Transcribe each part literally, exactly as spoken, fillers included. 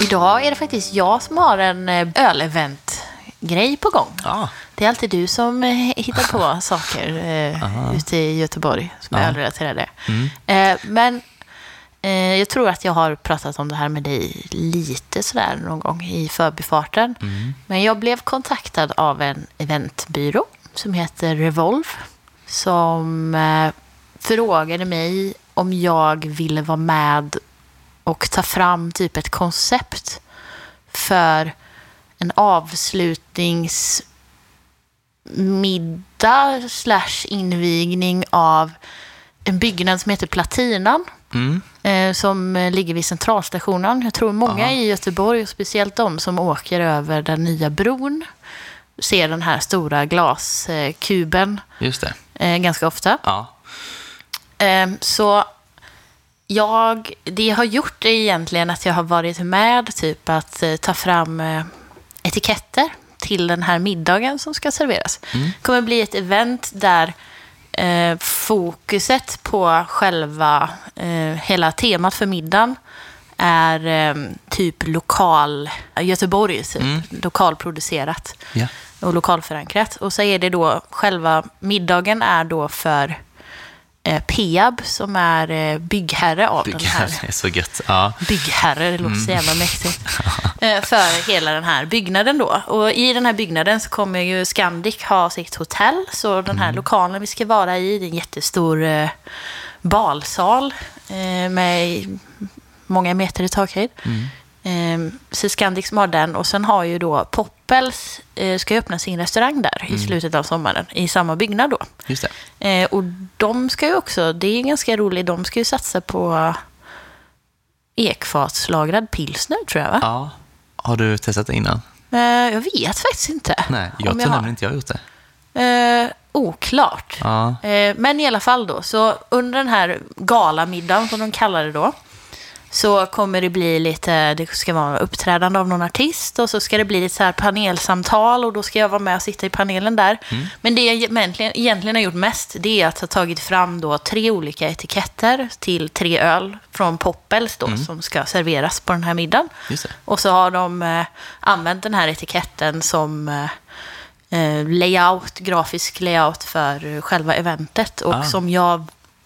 Idag är det faktiskt jag som har en ölevent-grej på gång. Ja. Det är alltid du som hittar på saker eh, ute i Göteborg som är Ja. ölrelaterade. Mm. Eh, men eh, jag tror att jag har pratat om det här med dig lite sådär någon gång i förbifarten. Mm. Men jag blev kontaktad av en eventbyrå som heter Revolve som eh, frågade mig om jag ville vara med och ta fram typ ett koncept för en avslutningsmiddag slash invigning av en byggnad som heter Platinan. Mm. Eh, som ligger vid centralstationen. Jag tror många Aha. i Göteborg, och speciellt de som åker över den nya bron, ser den här stora glaskuben Just det. eh, ganska ofta. Ja. Eh, så jag, det jag har gjort är egentligen att jag har varit med typ att eh, ta fram eh, etiketter till den här middagen som ska serveras. Mm. Det kommer bli ett event där eh, fokuset på själva eh, hela temat för middagen är eh, typ lokal, Göteborg typ, Mm. lokalproducerat Ja. och lokalförankrat. Och så är det då, själva middagen är då för eh, Peab som är eh, byggherre av den här. Byggherre är så gött. Ja. Byggherre, det låter så jävla mäktigt. Eh, för hela den här byggnaden då. Och i den här byggnaden så kommer ju Scandic ha sitt hotell. Så den här lokalen vi ska vara i, det är en jättestor eh, balsal eh, med många meter i takhöjd. Mm. Eh, så Scandic som har den. Och sen har ju då Poppels eh, ska öppna sin restaurang där i slutet av sommaren i samma byggnad då. Just det. Eh, och de ska ju också, det är ganska roligt, de ska ju satsa på ekfatslagrad pilsner tror jag va? Ja. Har du testat det innan? Eh, jag vet faktiskt inte. Nej, jag om tror jag har. nämligen inte jag har gjort det. Eh, oklart. Ja. Eh, men i alla fall då, så under den här galamiddagen som de kallar det då, så kommer det bli lite, det ska vara uppträdande av någon artist och så ska det bli ett så här panelsamtal och då ska jag vara med och sitta i panelen där. Mm. Men det jag egentligen, egentligen har gjort mest, det är att ha tagit fram då tre olika etiketter till tre öl från Poppels då Mm. som ska serveras på den här middagen. Just det. Och så har de eh, använt den här etiketten som eh, eh, layout, grafisk layout för eh, själva eventet. Och Ah. som jag...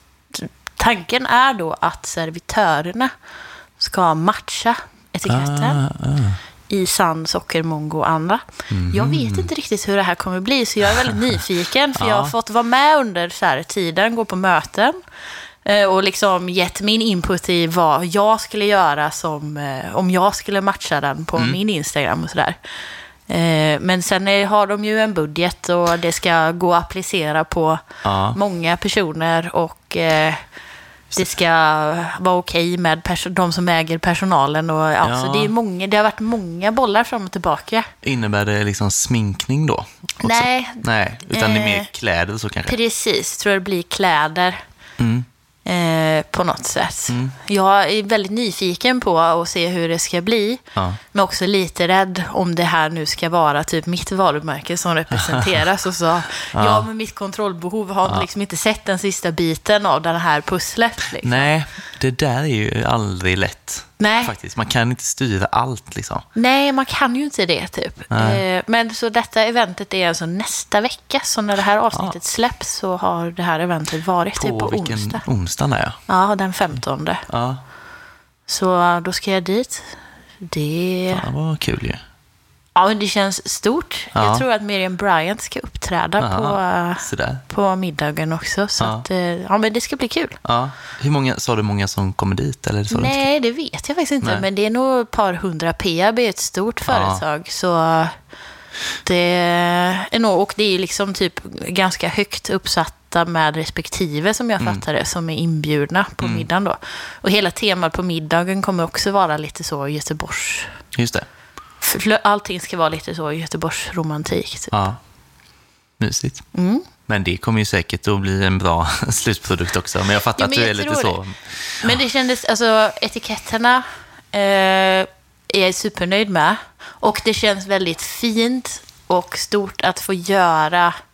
Tanken är då att servitörerna ska matcha etiketten Ah, ah. i sann sockermongo och andra. Jag vet inte riktigt hur det här kommer bli så jag är väldigt nyfiken för jag har Ja. fått vara med under så här tiden, gå på möten eh, och liksom gett min input i vad jag skulle göra som, eh, om jag skulle matcha den på min Instagram och sådär. Eh, men sen är, har de ju en budget och det ska gå att applicera på Ja. många personer och eh, det ska vara okej med perso- de som äger personalen och ja, Ja. så det är många, det har varit många bollar fram och tillbaka. Innebär det liksom sminkning då? Också? Nej. Nej, utan det är mer Eh, kläder så kanske? Precis, tror jag det blir kläder Mm. eh, på något sätt. Mm. Jag är väldigt nyfiken på att se hur det ska bli. Ja. Men också lite rädd om det här nu ska vara typ mitt varumärke som representeras. Och så, jag med mitt kontrollbehov har Ja. liksom inte sett den sista biten av den här pusslet. Liksom. Nej, det där är ju aldrig lätt. Nej. Faktiskt. Man kan inte styra allt liksom. Nej, man kan ju inte det typ. Nej. Eh, men så detta eventet är alltså nästa vecka. Så när det här avsnittet Ja. släpps så har det här eventet varit typ på vilken onsdag. onsdag är jag. Ja, den femtonde. Ja, Så då ska jag dit. Det, det var kul ju. ja, men det känns stort. Ja. Jag tror att Miriam Bryant ska uppträda Aha, på, eh, sådär. på middagen också. Så Ja. att, eh, ja, men det ska bli kul. Ja. Hur många, sa du många som kommer dit? Eller sa du inte? Nej, det vet jag faktiskt inte. Nej. Men det är nog ett par hundra. Peab är ett stort företag. Så det är nog, och det är liksom typ ganska högt uppsatta med respektive som jag Mm. fattar det, som är inbjudna på middagen då. Och hela temat på middagen kommer också vara lite så Göteborgs... Just det. För allting ska vara lite så Göteborgs romantik. Typ. Ja. Mysigt. Mm. Men det kommer ju säkert att bli en bra slutprodukt också. Men jag fattar Ja, att men du jag är lite tror så... Men det kändes, alltså etiketterna eh, är jag supernöjd med. Och det känns väldigt fint och stort att få göra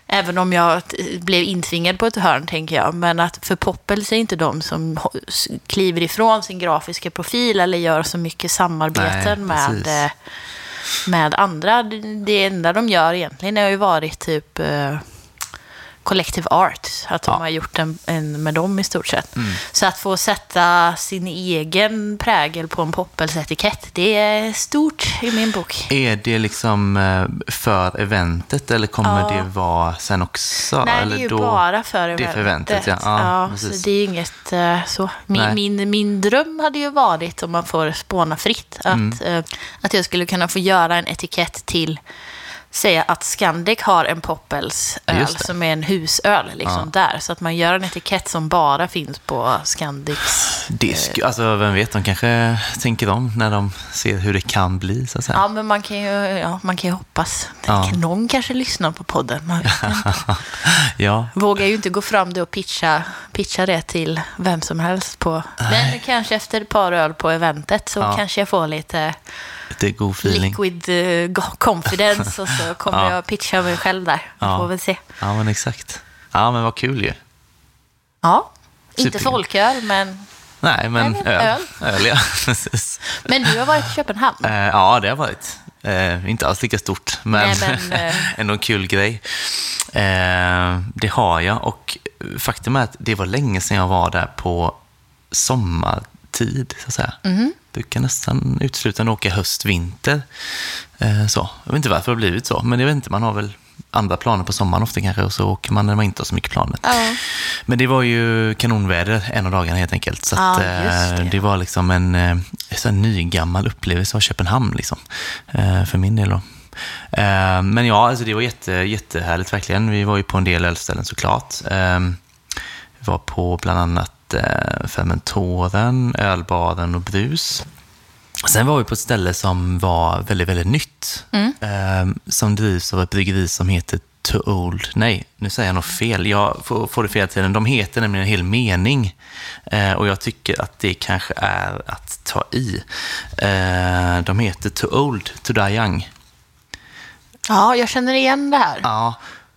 Även om jag t- blev intvingad på ett hörn, tänker jag. Men att för Poppels är inte de som ho- s- kliver ifrån sin grafiska profil eller gör så mycket samarbeten Nej, precis. med, eh, med andra. Det, det enda de gör egentligen har ju varit typ eh, Collective Art. Att de Ja. har gjort en, en med dem i stort sett. Mm. Så att få sätta sin egen prägel på en Poppels-etikett, det är stort i min bok. Är det liksom eh, för eventet eller kommer Ja. det vara sen också? Nej, eller det är ju då... bara för eventet. Det är för eventet, ja. Ja, så precis. det är ju inget eh, så. Min, Nej. min, min dröm hade ju varit, om man får spåna fritt, att, Mm. eh, att jag skulle kunna få göra en etikett till, säga att Scandic har en Poppels öl Just det. som är en husöl liksom där. Så att man gör en etikett som bara finns på Scandics. Det sk- alltså, vem vet, de kanske tänker om när de ser hur det kan bli, så att säga. Ja, men man kan ju, ja, man kan ju hoppas. Ja. Någon kanske lyssnar på podden. Man vet inte. Ja, Vågar ju inte gå fram det och pitcha, pitcha det till vem som helst på. Men kanske efter ett par öl på eventet så Ja. kanske jag får lite det är god feeling. liquid uh, confidence och så kommer Ja. jag pitcha mig själv där. Vi Ja. får väl se. Ja, men exakt. Ja, men vad kul ju. Ja, inte Superkul. folköl, men, Nej, men Nej, men öl. öl. Öl, ja. Precis. men du har varit i Köpenhamn. Eh, ja, det har varit. Eh, inte alls lika stort, men, Nej, men, eh. ändå en kul grej. Eh, det har jag, och faktum är att det var länge sedan jag var där på sommartid, så att säga. Mm. Du kan nästan uteslutande åka höst, vinter. Eh, så. Jag vet inte varför det har blivit så, men jag vet inte, man har väl andra planer på sommaren ofta kanske, och så åker man när man inte har så mycket planer. Ja. Men det var ju kanonväder en av dagarna helt enkelt. Så Ja, att, just eh, det. det var liksom en eh, så en ny gammal upplevelse av Köpenhamn liksom, eh, för min del då. Eh, men ja, alltså det var jätte, jättehärligt verkligen. Vi var ju på en del ölställen såklart. Eh, vi var på bland annat eh, Fermentoren, Ölbaren och Brus. Sen var vi på ett ställe som var väldigt, väldigt nytt. Mm. Eh, som drivs av ett bryggeri som heter Too Old. Nej, nu säger jag nog fel. Jag får, får det fel tiden. De heter nämligen en hel mening. Eh, och jag tycker att det kanske är att ta i. Eh, de heter Too Old to Die Young. ja, jag känner igen det här. Ja,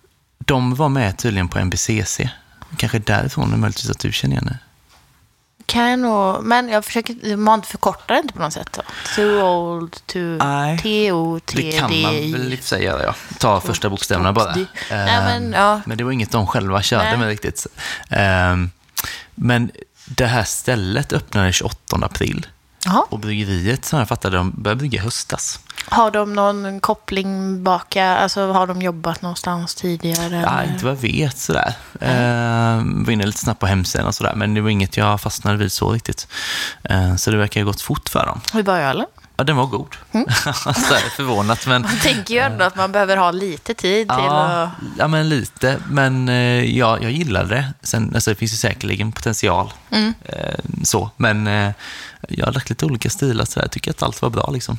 de var med tydligen på N B C C. Kanske därifrån är möjligtvis att du känner igen det. Kan jag nog, men jag försöker, man inte förkorta det inte på något sätt då. Too old, to Nej, T O T D I. Det kan man väl lite säga, ja. Ta första bokstäverna bara. Nej, men, ja. Men det var inget de själva körde Nej. med riktigt. Um, men det här stället öppnade tjugoåttonde april. Jaha. Och bryggeriet, som jag fattade, de började brygga höstas. Har de någon koppling baka, alltså har de jobbat någonstans tidigare? Ja, eller? inte vad jag vet sådär. Uh, var inne lite snabbt på hemsidan och sådär, men det var inget jag fastnade vid så riktigt. Uh, så det verkar ha gått fort för dem. Hur var ölen? Ja, den var god. Mm. Så är förvånat, men... Man tänker ju ändå att man behöver ha lite tid till Ja, att... ja, men lite. Men eh, ja, jag gillade det. Sen, alltså, det finns ju säkerligen potential. Mm. Eh, så. Men eh, jag har lagt lite olika stilar. Så jag tycker att allt var bra. Liksom.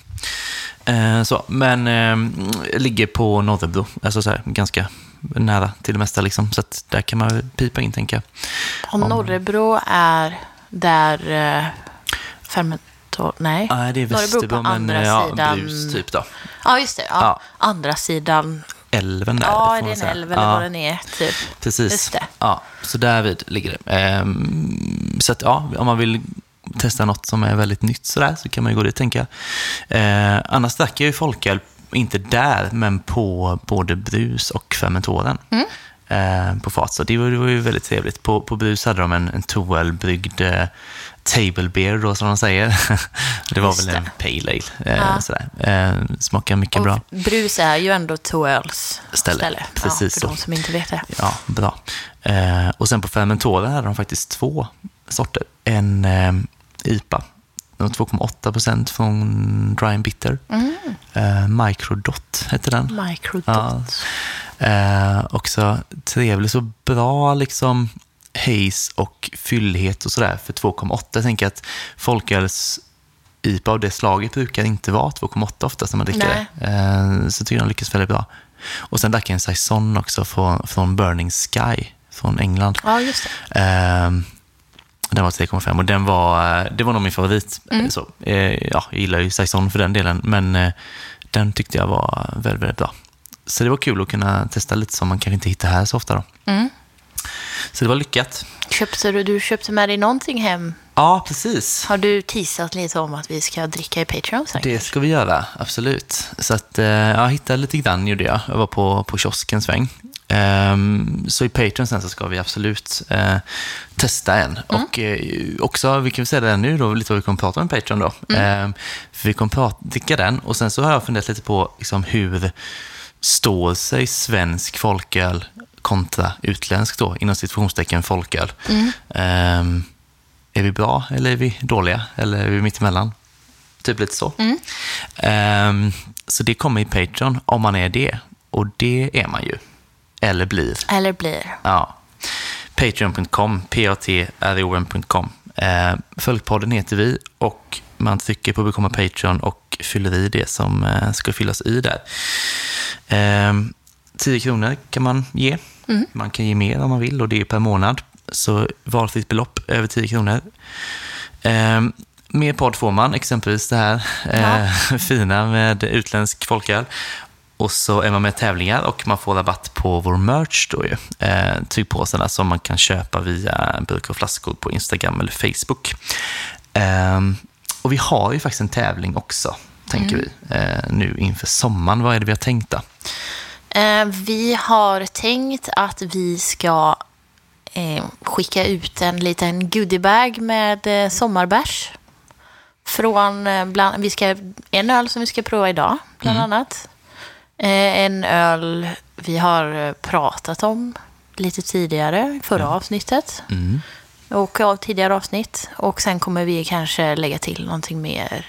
Eh, så. Men eh, ligger på Norrebro. Alltså så här, ganska nära till det mesta. Liksom. Så att där kan man pipa in, tänker jag. Och Norrebro är där eh, ferment... Nej, Nej, det är Norrebro Västerbo, på men andra ja, sidan. Brus typ då. Ja, just det. Ja. Ja. Andra sidan. Älven där. Ja, får är man det en säga. älv eller Ja. vad den är, typ. Precis. Just det. Ja, så därvid ligger det. Ehm, så att ja, om man vill testa något som är väldigt nytt sådär, så kan man ju gå dit, tänka jag. Ehm, annars drack jag ju folköl, inte där, men på både Brus och Fermentoren. Mm. Ehm, på fat, så det var, det var ju väldigt trevligt. På, på Brus hade de en, en toalbryggd eh, table beer då, som de säger. Det var Just väl en det. pale ale. Eh, Ja. sådär. Ehm, smakar mycket Och bra. Brus är ju ändå Toöls Ställe. ställe. Precis ja, för så. de som inte vet det. Ja, bra. Eh, och sen på Fermentoren hade de faktiskt två sorter. En eh, I P A. två komma åtta procent från Dry and Bitter. Mm. Eh, Microdot heter den. Microdot. Ja. Eh, också trevlig, så bra liksom haze och fyllighet och sådär för två komma åtta. Jag tänker att folköls I P A av det slaget brukar inte vara två komma åtta ofta när man dricker Nej. det. Eh, så tycker jag de lyckas väldigt bra. Och sen drack jag en Saison också från, från Burning Sky från England. Ja, just det. Eh, den var tre komma fem och den var, det var nog min favorit. Mm. Så, eh, ja, jag gillar ju Saison för den delen, men eh, den tyckte jag var väldigt, väldigt bra. så det var kul att kunna testa lite som man kanske inte hittar här så ofta då. Mm. Så det var lyckat. Köpte du, du köpte med dig någonting hem? Ja, precis. Har du teasat lite om att vi ska dricka i Patreon säkert? Det ska vi göra, absolut. Så att, eh, jag hittade lite grann, gjorde jag. Jag var på, på kiosken sväng. Um, så i Patreon sen så ska vi absolut uh, testa en. Mm. Och uh, också, vi kan säga det nu då, lite vad vi kommer prata om Patreon då. Mm. Um, för vi kommer prata, dricka den. Och sen så har jag funderat lite på liksom, hur står sig svensk folköl kontra utländsk då, inom situationstecken folköl. Mm. Um, är vi bra eller är vi dåliga? Eller är vi mitt emellan? Typ lite så. Mm. Um, så det kommer i Patreon om man är det. Och det är man ju. Eller blir. Eller blir. Ja. Patreon punkt com, p a t r o n punkt com. Eh, Följpodden heter vi och man trycker på bekomma Patreon och fyller i det som eh, ska fyllas i där. Eh, tio kronor kan man ge. Mm. Man kan ge mer om man vill och det är per månad. Så valfritt belopp över tio kronor. Eh, mer podd får man, exempelvis det här eh, ja. fina med utländsk folköl. Och så är man med i tävlingar och man får rabatt på vår merch då ju. Eh, tygpåsarna som man kan köpa via burkar och flaskor på Instagram eller Facebook. Eh, och vi har ju faktiskt en tävling också, tänker mm. vi, eh, nu inför sommaren. Vad är det vi har tänkt då? Eh, vi har tänkt att vi ska eh, skicka ut en liten goodiebag med eh, sommarbärs. Från, eh, bland, vi ska, en öl som vi ska prova idag, bland mm. annat. En öl vi har pratat om lite tidigare, förra mm. avsnittet. Mm. Och av tidigare avsnitt. Och sen kommer vi kanske lägga till någonting mer.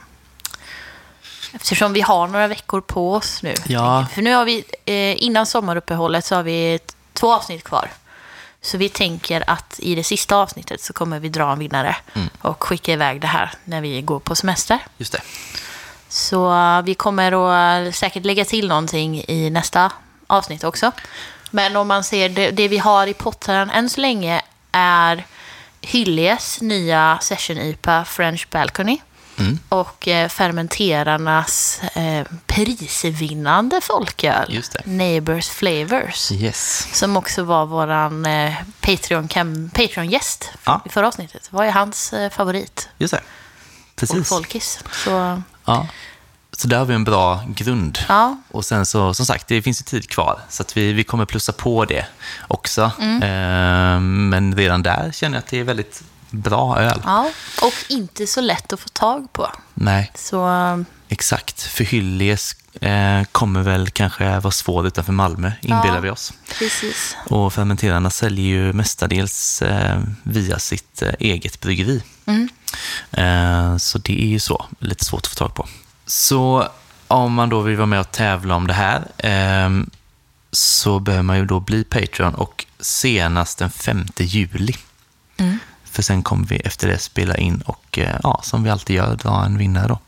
Eftersom vi har några veckor på oss nu. Ja. För nu har vi, innan sommaruppehållet så har vi två avsnitt kvar. Så vi tänker att i det sista avsnittet så kommer vi dra en vinnare. Mm. Och skicka iväg det här när vi går på semester. Just det. Så vi kommer att säkert lägga till någonting i nästa avsnitt också. Men om man ser det, det vi har i potten än så länge är Hyllies nya Session I P A French Balcony. Mm. Och eh, fermenterarnas eh, prisvinnande folköl. Just det. Neighbors Flavors. Yes. Som också var våran eh, Patreon cam- Patreon-gäst ja. i förra avsnittet. Vad är hans eh, favorit? Just det. Precis. Och folkis. Så... Ja. Så där har vi en bra grund. Ja. Och sen så, som sagt, det finns ju tid kvar. Så att vi, vi kommer plussa på det också. Mm. Eh, men redan där känner jag att det är väldigt bra öl. Ja, och inte så lätt att få tag på. Nej, så... exakt. För Hyllies eh, kommer väl kanske vara svår utanför Malmö, inbillar ja, vi oss. Precis. Och fermenterarna säljer ju mestadels eh, via sitt eh, eget bryggeri. Mm. Eh, så det är ju så, lite svårt att få tag på. Så om man då vill vara med och tävla om det här eh, så behöver man ju då bli Patreon och senast den femte juli. Mm. För sen kommer vi efter det spela in och eh, ja, som vi alltid gör, dra en vinnare då.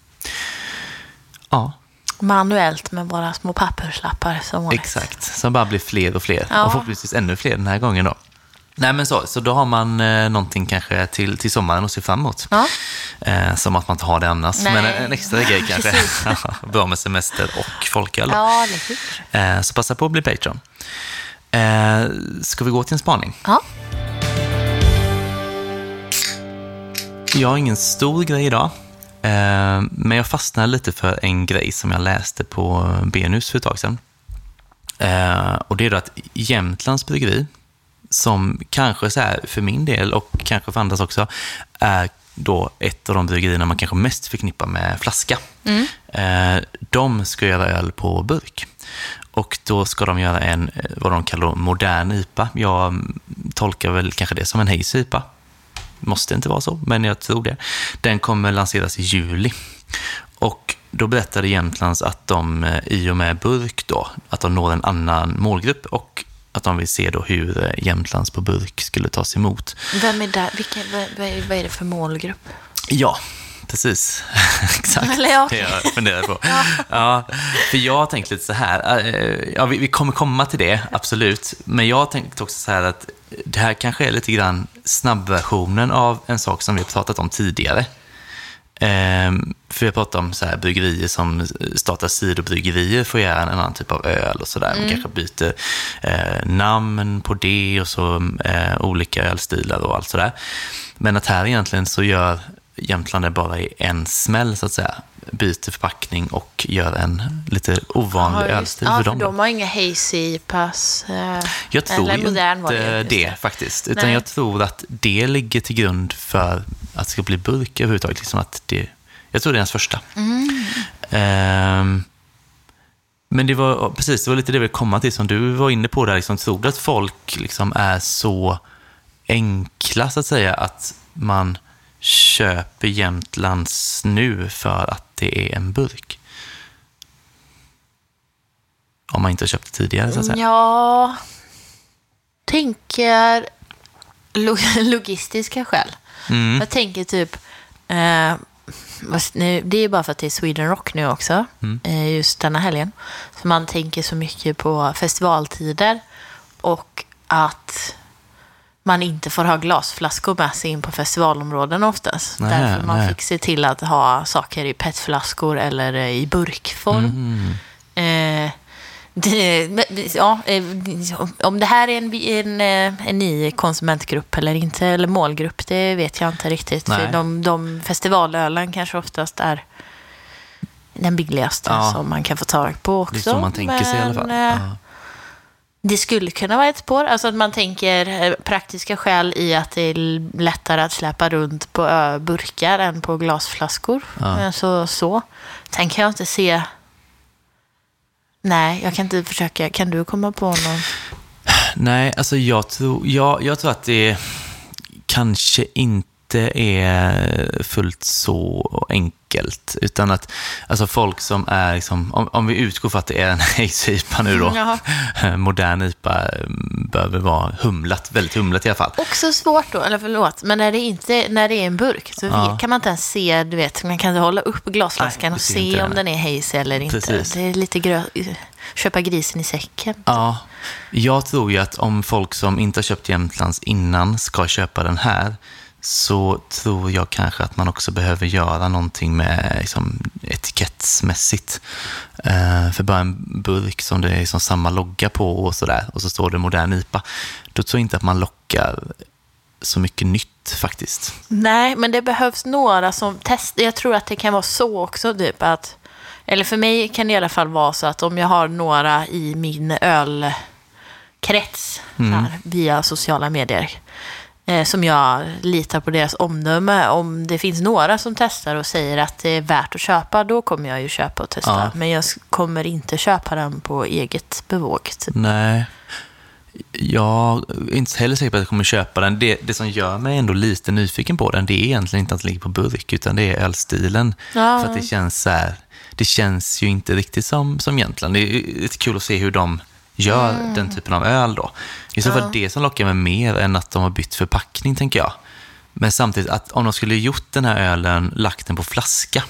Ja. Manuellt med våra små papperslappar som vanligt. Exakt, som bara blir fler och fler. Ja. Och förhoppningsvis ännu fler den här gången då. Nej men så, så då har man eh, någonting kanske till, till sommaren att se fram emot. Ja. Eh, som att man inte har det annars. Nej. Men en, en extra grej kanske. Bra med semester och folköl. Ja, det är eh, Så passa på att bli Patreon. Eh, ska vi gå till en spaning? Ja. Jag har ingen stor grej idag. Eh, men jag fastnade lite för en grej som jag läste på Benus för ett tag sedan. Eh, och det är då att Jämtlands bryggeri, som kanske så här för min del och kanske för andras också, är då ett av de bryggerierna man kanske mest förknippar med flaska. Mm. Eh, de ska göra öl på burk. Och då ska de göra en, vad de kallar modern I P A. Jag tolkar väl kanske det som en hazy I P A. Måste inte vara så, men jag tror det. Den kommer lanseras i juli. Och då berättade Jämtlands att de i och med burk då, att de når en annan målgrupp och att de vill se då hur Jämtlands på burk skulle tas emot. Vem är där? Vilken, vad, vad är det för målgrupp? Ja, precis. Exakt. Eller, ja, okay. Det jag funderar på. Ja. Ja, för jag har tänkt lite så här. Ja, vi, vi kommer komma till det, absolut. Men jag har tänkt också så här att det här kanske är lite grann snabbversionen av en sak som vi har pratat om tidigare. för jag pratar om så här bryggerier som startar sidobryggerier får göra en annan typ av öl och sådär. Mm. Man kanske byter eh, namn på det och så eh, olika ölstilar och allt sådär. Men att här egentligen så gör Jämtland det bara i en smäll så att säga. Byter förpackning och gör en lite ovanlig ja, ölstil ja, för dem. dem. De har inga hazy pass. Eh, jag tror eller modern inte det, det faktiskt. Utan Nej. jag tror att det ligger till grund för att det ska bli burk överhuvudtaget. Liksom att det, jag tror det är ens första. Mm. Um, men det var precis, det var lite det vi komma till som du var inne på där. Liksom, tror du att folk liksom är så enkla så att säga att man köper Jämtlands nu för att det är en burk? Om man inte har köpt det tidigare så att säga. Ja, tänker logistiska skäl. Mm. Jag tänker typ eh, det är bara för att det är Sweden Rock nu också mm. eh, just denna helgen. Så man tänker så mycket på festivaltider och att man inte får ha glasflaskor med sig in på festivalområden oftast. Nej, Därför man nej. fick se till att ha saker i petflaskor eller i burkform. Mm. Eh, det, ja, om det här är en, en, en ny konsumentgrupp eller inte, eller målgrupp, det vet jag inte riktigt. För de, de festivalölen kanske oftast är den billigaste ja. som man kan få tag på också. Det är som man tänker sig i alla fall. Ja. Det skulle kunna vara ett spår. Alltså att man tänker praktiska skäl i att det är lättare att släppa runt på burkar än på glasflaskor. Ja. Så, så. Sen kan jag inte se... Nej, jag kan inte försöka. Kan du komma på någon? Nej, alltså jag tror, jag, jag tror att det kanske inte är fullt så enkelt. Utan att alltså folk som är, liksom, om, om vi utgår för att det är en haze-ipa nu då, ja. modern ipa behöver vara humlat, väldigt humlat i alla fall. Också svårt då, eller förlåt, men när det, inte, när det är en burk så ja. kan man inte ens se, du vet, man kan inte hålla upp glasflaskan Nej, och se om det. den är haze eller inte. Precis. Det är lite grö- köpa grisen i säcken. Ja, jag tror ju att om folk som inte har köpt Jämtlands innan ska köpa den här, så tror jag kanske att man också behöver göra någonting med liksom, etikettsmässigt. Uh, för bara en burk som det är liksom samma logga på och sådär, och så står det modern ipa, då tror jag inte att man lockar så mycket nytt faktiskt. Nej, men det behövs några som testar. Jag tror att det kan vara så också typ att, eller för mig kan det i alla fall vara så att om jag har några i min ölkrets mm. så här, via sociala medier som jag litar på deras omdöme. Om det finns några som testar och säger att det är värt att köpa, då kommer jag ju köpa och testa. Ja. Men jag kommer inte köpa den på eget bevåg. Typ. Nej, jag är inte heller säker på att jag kommer köpa den. Det, det som gör mig ändå lite nyfiken på den, det är egentligen inte att det ligger på burk, utan det är ölstilen. Ja. För att det känns så här, det känns ju inte riktigt som, som Jämtland. Det är lite kul att se hur de gör mm. den typen av öl då. I så fall ja. det som lockar mig mer än att de har bytt förpackning, tänker jag. Men samtidigt att om de skulle gjort den här ölen, lagt den på flaska,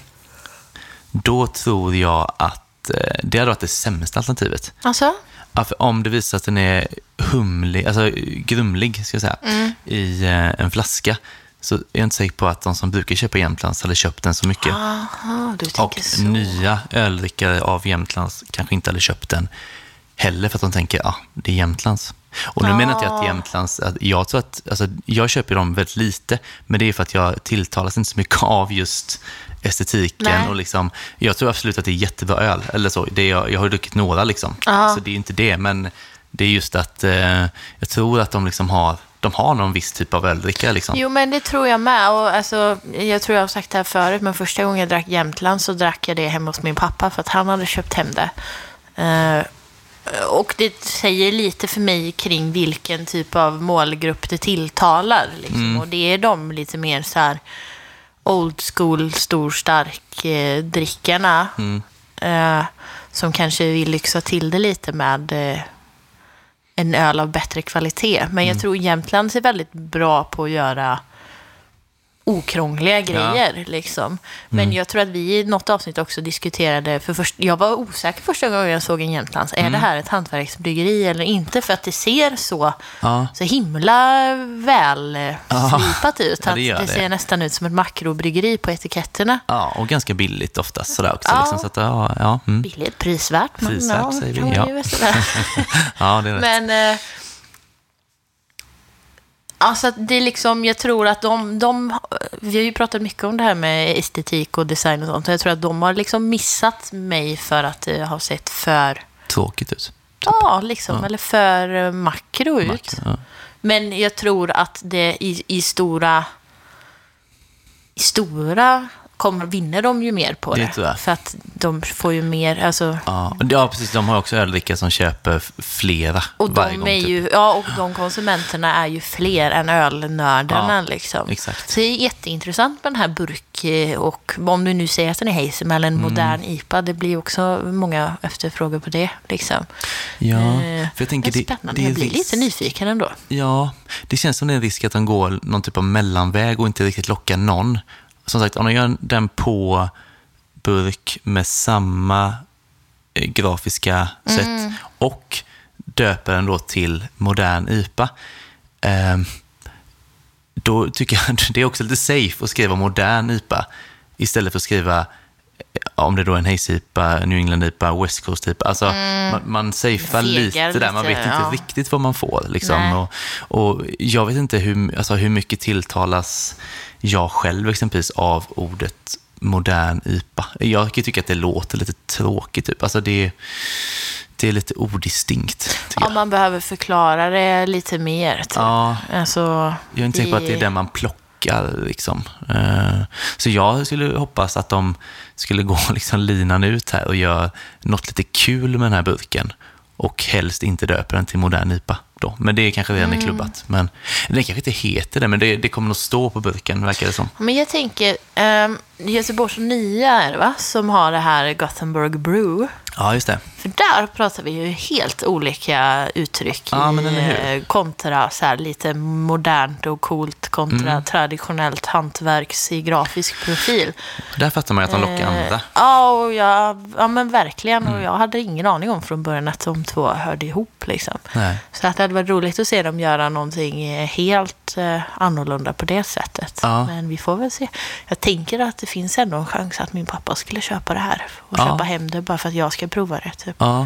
då tror jag att eh, det hade varit det sämsta alternativet. Alltså? Ja, för om det visar att den är humlig, alltså grumlig ska jag säga, mm. i eh, en flaska, så är jag inte säker på att de som brukar köpa Jämtlands hade köpt den så mycket. Aha, du tänker och så. Nya öldrickare av Jämtlands kanske inte hade köpt den heller, för att de tänker, ja, ah, det är Jämtlands. Och nu ja. menar jag att Jämtlands, att jag tror att, alltså, jag köper dem väldigt lite, men det är för att jag tilltalas inte så mycket av just estetiken. Nej. Och liksom, jag tror absolut att det är jättebra öl, eller så. Det är, jag, jag har druckit några liksom, ja. så det är inte det, men det är just att eh, jag tror att de liksom har, de har någon viss typ av öldricka liksom. Jo, men det tror jag med. Och alltså, jag tror jag har sagt det här förut, men första gången jag drack Jämtland så drack jag det hemma hos min pappa för att han hade köpt hem det. Uh, Och det säger lite för mig kring vilken typ av målgrupp det tilltalar. Liksom. Mm. Och det är de lite mer så här old school, stor, stark eh, drickarna mm. eh, som kanske vill lyxa till det lite med eh, en öl av bättre kvalitet. Men jag mm. tror Jämtland är väldigt bra på att göra okrångliga grejer. Ja. Liksom. Men Mm. jag tror att vi i något avsnitt också diskuterade, för först, jag var osäker första gången jag såg en Jämtlands. Mm. Är det här ett hantverksbryggeri eller inte? För att det ser så, Ja. så himla väl eh, Ja. slipat ut. Ja, Att det det, gör det. ser nästan ut som ett makrobryggeri på etiketterna. Ja, och ganska billigt oftast sådär också. Ja. Liksom, så att, ja, ja, mm. Billigt, prisvärt. Men, Prisvärt, ja, säger vi, kan man ja. ju sådär. Ja, det är rätt. Men... Eh, Alltså att det är liksom, jag tror att de, de, vi har ju pratat mycket om det här med estetik och design och sånt. Och jag tror att de har liksom missat mig för att det har sett för, Tråkigt ut. ja liksom, Ja. eller för eh, makro ut. Makro, ja. Men jag tror att det i, i stora, i stora kommer, vinner de ju mer på Det det. tror jag. För att de får ju mer, alltså... Ja, ja, precis. De har också öldrickare som köper f- flera Och varje de gång. är typ. ju, ja, och de konsumenterna är ju fler än ölnördarna Ja, liksom. exakt. Så det är jätteintressant med den här burk eh, och om du nu säger att den är Hazy eller en Mm. modern I P A, det blir också många efterfrågor på det liksom. Ja, Eh, för jag tänker det är det, spännande. det är Jag blir risk- lite nyfiken ändå. Ja, det känns som det är en risk att de går någon typ av mellanväg och inte riktigt lockar någon. Som sagt, om de gör den på burk med samma eh, grafiska sätt Mm. och döper den då till modern I P A, eh, då tycker jag att det är också lite safe att skriva modern I P A istället för att skriva, eh, om det då är en Hazy I P A, New England I P A, West Coast I P A. Alltså, man, man safear Fegar lite där, man vet lite, inte ja. riktigt vad man får. Liksom. Nej. Och, och jag vet inte hur, alltså, hur mycket tilltalas jag själv exempelvis av ordet modern I P A. Jag kan tycka att det låter lite tråkigt. Typ. Alltså det, det är lite odistinkt, tycker Ja, jag. man behöver förklara det lite mer. Typ. Ja, Alltså, jag är inte säker på att det är i- det man plockar. Liksom. Eh, Så jag skulle hoppas att de skulle gå liksom linan ut här och göra något lite kul med den här burken. Och helst inte döpa den till modern I P A då. Men det är kanske redan är klubbat. Men det kanske inte heter det, men det, det kommer nog stå på burken, verkar det som. Men jag tänker, um, Göteborgs nya är det, va? Som har det här Gothenburg Brew. Ja, just det. För där pratar vi ju helt olika uttryck Ja, men eller hur? i, eh, kontra så här lite modernt och coolt kontra Mm. traditionellt hantverks i grafisk profil. Där fattar man att de lockar Eh, andra. Ja, och jag, ja, men verkligen. Mm. Och jag hade ingen aning om från början att de två hörde ihop. Liksom. Nej. Så att det hade varit roligt att se dem göra någonting eh, helt eh, annorlunda på det sättet. Ja. Men vi får väl se. Jag tänker att det finns ändå en chans att min pappa skulle köpa det här. Och Ja. köpa hem det bara för att jag ska prova det. Typ. Ja.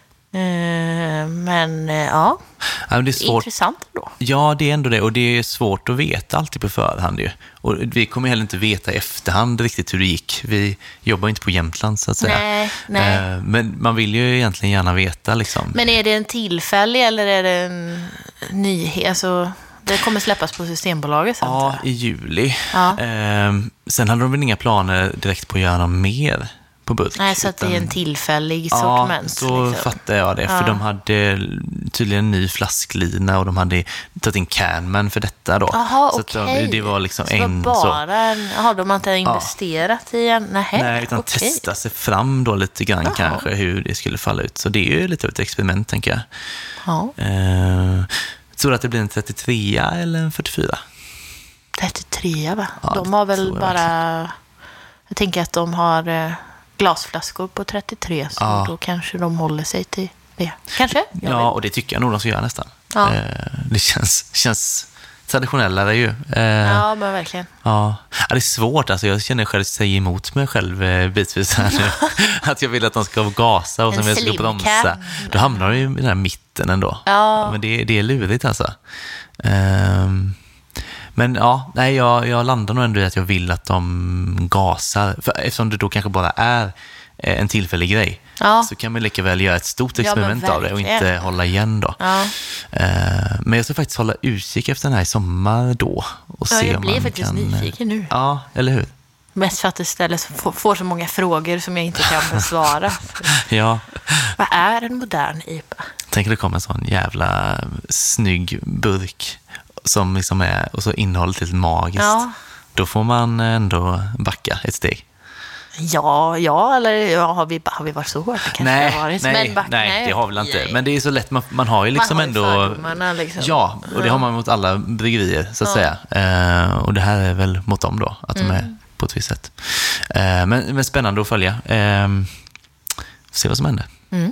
Eh, men eh, ja, Ja, men det är svårt. intressant då. Ja, det är ändå det. Och det är svårt att veta alltid på förhand ju. Och vi kommer heller inte veta i efterhand riktigt hur det gick. Vi jobbar inte på Jämtland så att säga. Nej, nej. Eh, Men man vill ju egentligen gärna veta liksom. Men är det en tillfällig eller är det en nyhet? Alltså, det kommer släppas på Systembolaget sen. Ja, i juli. Ja. Eh, Sen hade de väl inga planer direkt på att göra något mer på burk. Nej, så att det är en utan- tillfällig Ja, sortiment. så liksom. fattar jag det. Ja. För de hade tydligen en ny flasklina och de hade tagit in Canman för detta då. Jaha, så att de- okej. det var liksom Så det var en bara så. en... Jaha, de har inte investerat i en... Nähä, Nej, utan okej. testa sig fram då lite grann Jaha. kanske hur det skulle falla ut. Så det är ju lite av ett experiment, tänker jag. Ja, Eh, tror du att det blir en trettiotre eller en fyrtiofyra? trettiotre va? Ja, de har det väl tror jag bara... Jag tänker att de har eh, glasflaskor på trettiotre, så Ja. då kanske de håller sig till det. Kanske? Jag Ja, vet. och det tycker jag nog de ska göra nästan. Ja. Eh, det känns, känns traditionellare ju. Eh, Ja, men verkligen. Ja. Ja, det är svårt. Alltså, jag känner själv säga emot mig själv eh, bitvis här nu. Att jag vill att de ska gasa och En sen vill jag ska slim bromsa. can. Då hamnar de ju i den här mitten ändå. Ja. Men det, det är lurigt alltså. Ehm, men ja, nej, jag, jag landar nog ändå i att jag vill att de gasar. För eftersom det då kanske bara är eh, en tillfällig grej. Ja. Så kan man lika väl göra ett stort Ja, men experiment av det och verkligen. inte hålla igen då. Ja. Eh, men jag ska faktiskt hålla utkik efter den här i sommar då. Och Ja, se jag om blir man faktiskt kan, nyfiken nu. Ja, eller hur? Mest för att det ställs, får, får så många frågor som jag inte kan besvara. Ja, Vad är en modern I P A? tänk att det kommer en sån jävla snygg burk som liksom är, och så innehållet helt magiskt. Ja. Då får man ändå backa ett steg. Ja, ja, eller ja, har, vi, har vi varit så hårt? Kanske nej, har varit. nej, Men back, nej, nej, det har vi väl inte. nej. Men det är så lätt, man, man har ju liksom man har ju ändå... fördomarna, liksom. Ja, och det har man mot alla bryggerier, så att Ja. säga. Eh, och det här är väl mot dem då, att de är på ett visst sätt. Eh, men, men spännande att följa. Eh, se vad som händer. Mm.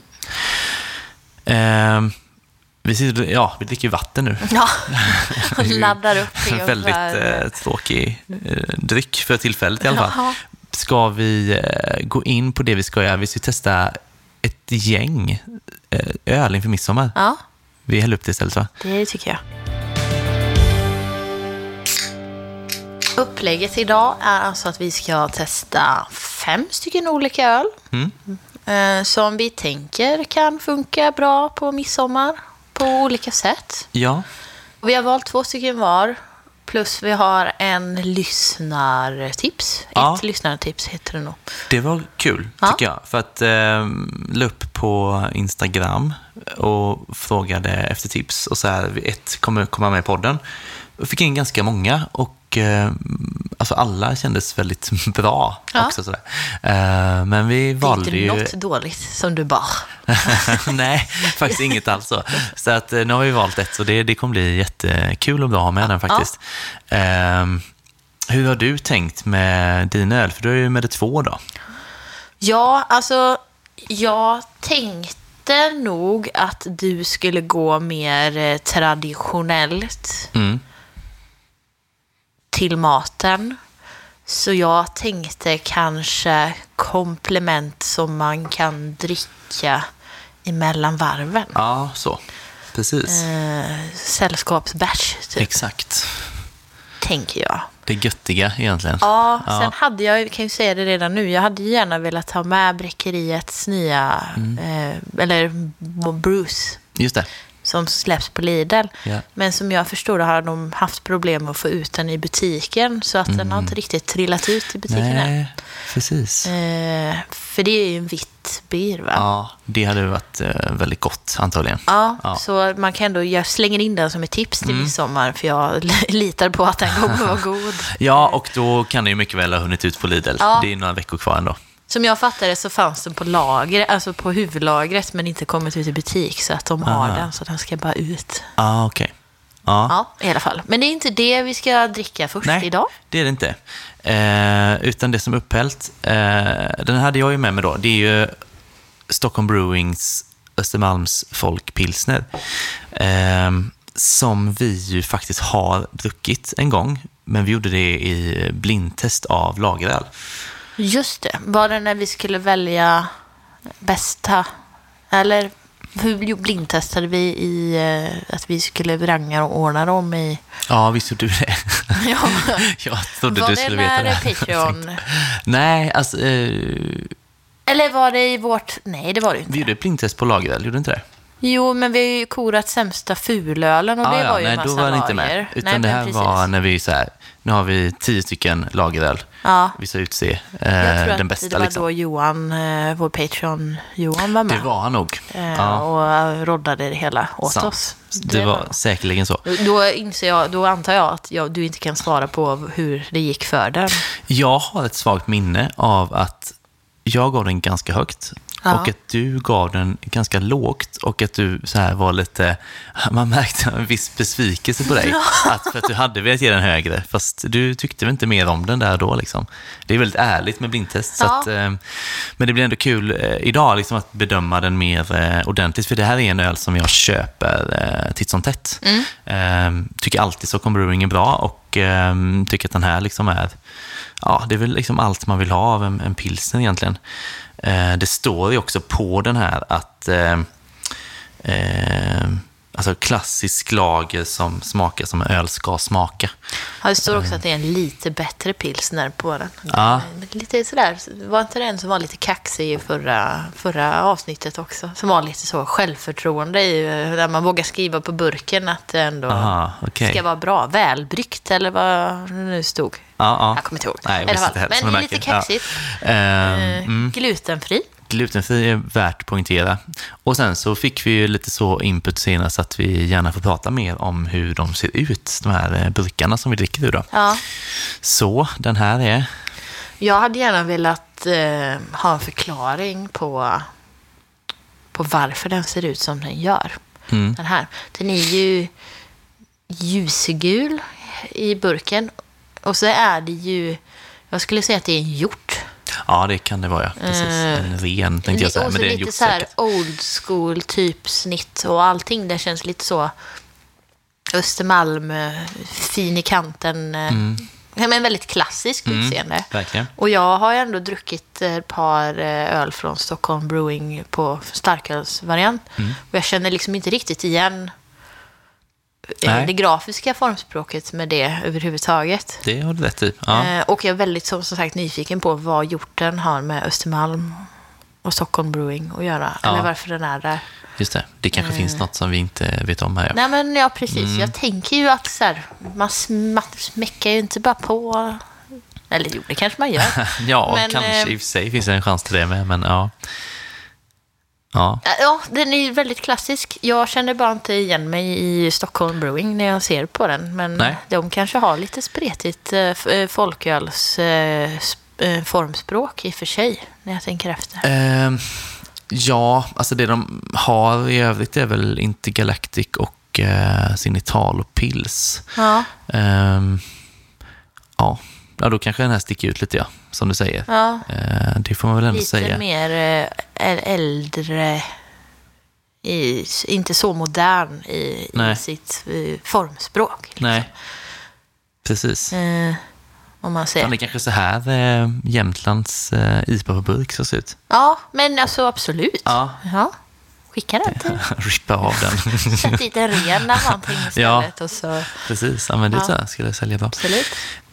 Eh, vi, sitter, ja, vi dricker ju vatten nu. Ja, och laddar upp. En väldigt eh, tråkig eh, dryck för tillfället i alla fall. Jaha. Ska vi eh, gå in på det vi ska göra? Vi ska testa ett gäng eh, öl inför midsommar. Ja, Vi häller upp det istället, va? det tycker jag. Upplägget idag är alltså att vi ska testa fem stycken olika öl. Mm. Eh, som vi tänker kan funka bra på midsommar på olika sätt. Ja. Vi har valt två stycken var. Plus vi har en lyssnartips. Ja. Ett lyssnartips heter det nog. Det var kul, Ja. tycker jag. För att eh, la upp på Instagram och frågade efter tips. Och så här, ett kommer komma med i podden. Jag fick in ganska många och eh, alltså alla kändes väldigt bra Ja. också. Sådär. Eh, men vi valde Det är ju... inte något dåligt som du bara. Nej, faktiskt inget alls så. Så att, eh, nu har vi valt ett, så det, det kommer bli jättekul och bra att ha med den faktiskt. Ehm, hur har du tänkt med din öl? För du är ju med det två då. Ja, alltså jag tänkte nog att du skulle gå mer eh, traditionellt Mm. till maten. Så jag tänkte kanske komplement som man kan dricka emellan varven. Ja, så. Precis. Eh, sällskapsbärs, typ, Exakt. tänker jag. Det göttiga egentligen. Ja, Ja. sen hade jag, kan ju säga det redan nu, jag hade gärna velat ha med Bräckeriets nya, eh, eller Bruce, Just det. som släpps på Lidl. Ja. Men som jag förstår har de haft problem att få ut den i butiken, så att den har inte riktigt trillat ut i butiken än. Nej, precis. Eh, för det är ju en vitt bir, va? Ja, det hade varit eh, väldigt gott antagligen. Ja, Ja. så man kan ändå, jag slänger in den som ett tips till midsommar, för jag litar på att den kommer vara god. Ja, och då kan det ju mycket väl ha hunnit ut på Lidl. Ja. Det är några veckor kvar ändå. Som jag fattade så fanns den på lager, alltså på huvudlagret, men inte kommit ut i butik, så att de har Aha. den, så den ska bara ut. Ja, ah, okej. Ja. Ja, i alla fall. Men det är inte det vi ska dricka först Nej, idag. det är det inte. Eh, utan det som är upphällt, eh, den hade jag ju med mig då, det är ju Stockholm Brewings Östermalms folkpilsner. Eh, som vi ju faktiskt har druckit en gång, men vi gjorde det i blindtest av lageröl. Just det. Var det när vi skulle välja bästa? Eller hur blindtestade vi i eh, att vi skulle vranga och ordna dem i... Ja, visst gjorde du det. Ja. Jag trodde Var du det skulle veta när det. Patreon... Nej, alltså... Eh, Eller var det i vårt... Nej, det var det ju vi inte. gjorde ett blindtest på lageröl, gjorde inte det? Jo, men vi har ju korat sämsta fulölen och Ah, det ja, var ju nej, en massa då var det inte lager. med. Utan Nej, det men här precis. var när vi så här, nu har vi tio stycken lageröl. Ja. Vi ska utse Jag eh, tror den att bästa. det var liksom. då Johan, eh, vår Patreon Johan var med. Det var han nog. Eh, Ja, Och roddade det hela åt sant. oss. Det var säkerligen så. Då, då inser jag, då antar jag att jag, du inte kan svara på hur det gick för den. Jag har ett svagt minne av att jag gav den ganska högt. Ja. Och att du gav den ganska lågt. Och att du så här var lite... Man märkte en viss besvikelse på dig. Att, för att du hade velat ge den högre. Fast du tyckte väl inte mer om den där då. Liksom. Det är väldigt ärligt med blindtest. Så Ja. att, eh, men det blir ändå kul eh, idag liksom, att bedöma den mer eh, ordentligt. För det här är en öl som jag köper eh, titt som tätt. Mm. Eh, tycker alltid Stockholm Brewing är bra. Och eh, tycker att den här liksom är... Ja, det är väl liksom allt man vill ha av en, en pilsner egentligen. Eh, det står ju också på den här att eh, eh, alltså klassisk lager som smakar som en öl ska smaka. Ja, det står också att det är en lite bättre pilsner på den. Ja. Lite sådär, var inte den som var lite kaxig i förra, förra avsnittet också? Som var lite så självförtroende i, där man vågar skriva på burken att det ändå Aha, okej. ska vara bra, välbryggt eller vad det nu stod. Ja, ja. Jag kommer inte ihåg. Nej, I alla visst fall. inte heller, som Men du lite märker. kaxigt. Ja. Ehm, Eh, mm. Glutenfri. Glutenfri är värt att poängtera. Och sen så fick vi ju lite så input senast att vi gärna får prata mer om hur de ser ut, de här burkarna som vi dricker ur då. Ja. Så, den här är... Jag hade gärna velat att eh, ha en förklaring på, på varför den ser ut som den gör. Mm. Den här. Den är ju ljusgul i burken. Och så är det ju, jag skulle säga att det är en hjort. Ja, det kan det vara, ja. Precis. En ren, tänkte jag säga. Och så Men det är en lite hjort så här säkert. old school typ snitt och allting. Det känns lite så Östermalm, eh, fin i kanten. eh, Mm. Ja, men väldigt klassisk Mm. utseende. Verkligen. Och jag har ju ändå druckit ett par eh, öl från Stockholm Brewing på starkölsvariant. Mm. Och jag känner liksom inte riktigt igen eh, Nej. det grafiska formspråket med det överhuvudtaget. Det har du rätt i. Ja. Eh, och jag är väldigt som, som sagt nyfiken på vad hjorten har med Östermalm och Stockholm Brewing att göra. Ja. Eller varför den är där. Just det. Det kanske finns något som vi inte vet om här. Ja. Nej men ja, precis. Mm. Jag tänker ju att så här, man, sm- man smäckar ju inte bara på. Eller jo, det kanske man gör. Ja, Men, kanske eh, i och för sig finns det en chans till det med, men ja. Ja, Ja, den är ju väldigt klassisk. Jag känner bara inte igen mig i Stockholm Brewing när jag ser på den. Men Nej. de kanske har lite spretigt eh, f- eh, folköls eh, sp- eh, formspråk i och för sig, när jag tänker efter. Ehm, ja, alltså det de har i övrigt är väl Intergalactic och eh, sin Italo Pils. Ja, Ehm, ja. ja, då kanske den här sticker ut lite, ja, som du säger. ja. Eh, det får man väl ändå Lite säga. mer eh, äl- äldre, i, inte så modern i, Nej. i sitt eh, formspråk. liksom. Nej, precis. Eh, om man säger. Fan, det är kanske så här eh, Jämtlands eh, I P A på burk så ser ut. Ja, men alltså absolut. Ja. Ja. Skicka den till. Rippa av den. Sätt dit en ren eller någonting istället. Och så, Precis, ja, men det är Ja. så här skulle jag sälja bra. absolut.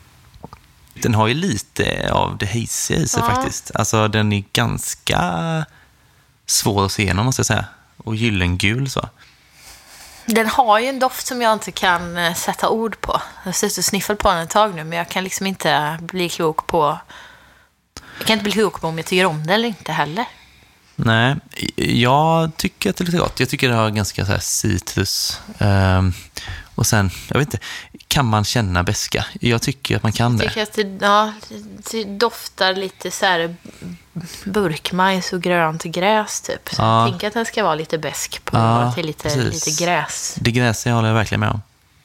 Den har ju lite av det hazy i sig Ja. faktiskt. Alltså den är ganska svår att se igenom, måste jag säga. Och gyllengul så. Den har ju en doft som jag inte kan eh, sätta ord på. Jag har suttit och sniffat på den ett tag nu, men jag kan liksom inte bli klok på... Jag kan inte bli klok på om jag tycker om det eller inte heller. Nej, jag tycker att det är lite gott. Jag tycker det har ganska så här citrus. Ehm, och sen, jag vet inte, kan man känna beska? Jag tycker att man kan Jag det. tycker att det, ja, det doftar lite så här burkmajs och grönt gräs typ. Så Ja. jag tänker att den ska vara lite besk på Ja, till lite, precis. lite gräs. Det gräset håller jag verkligen med om.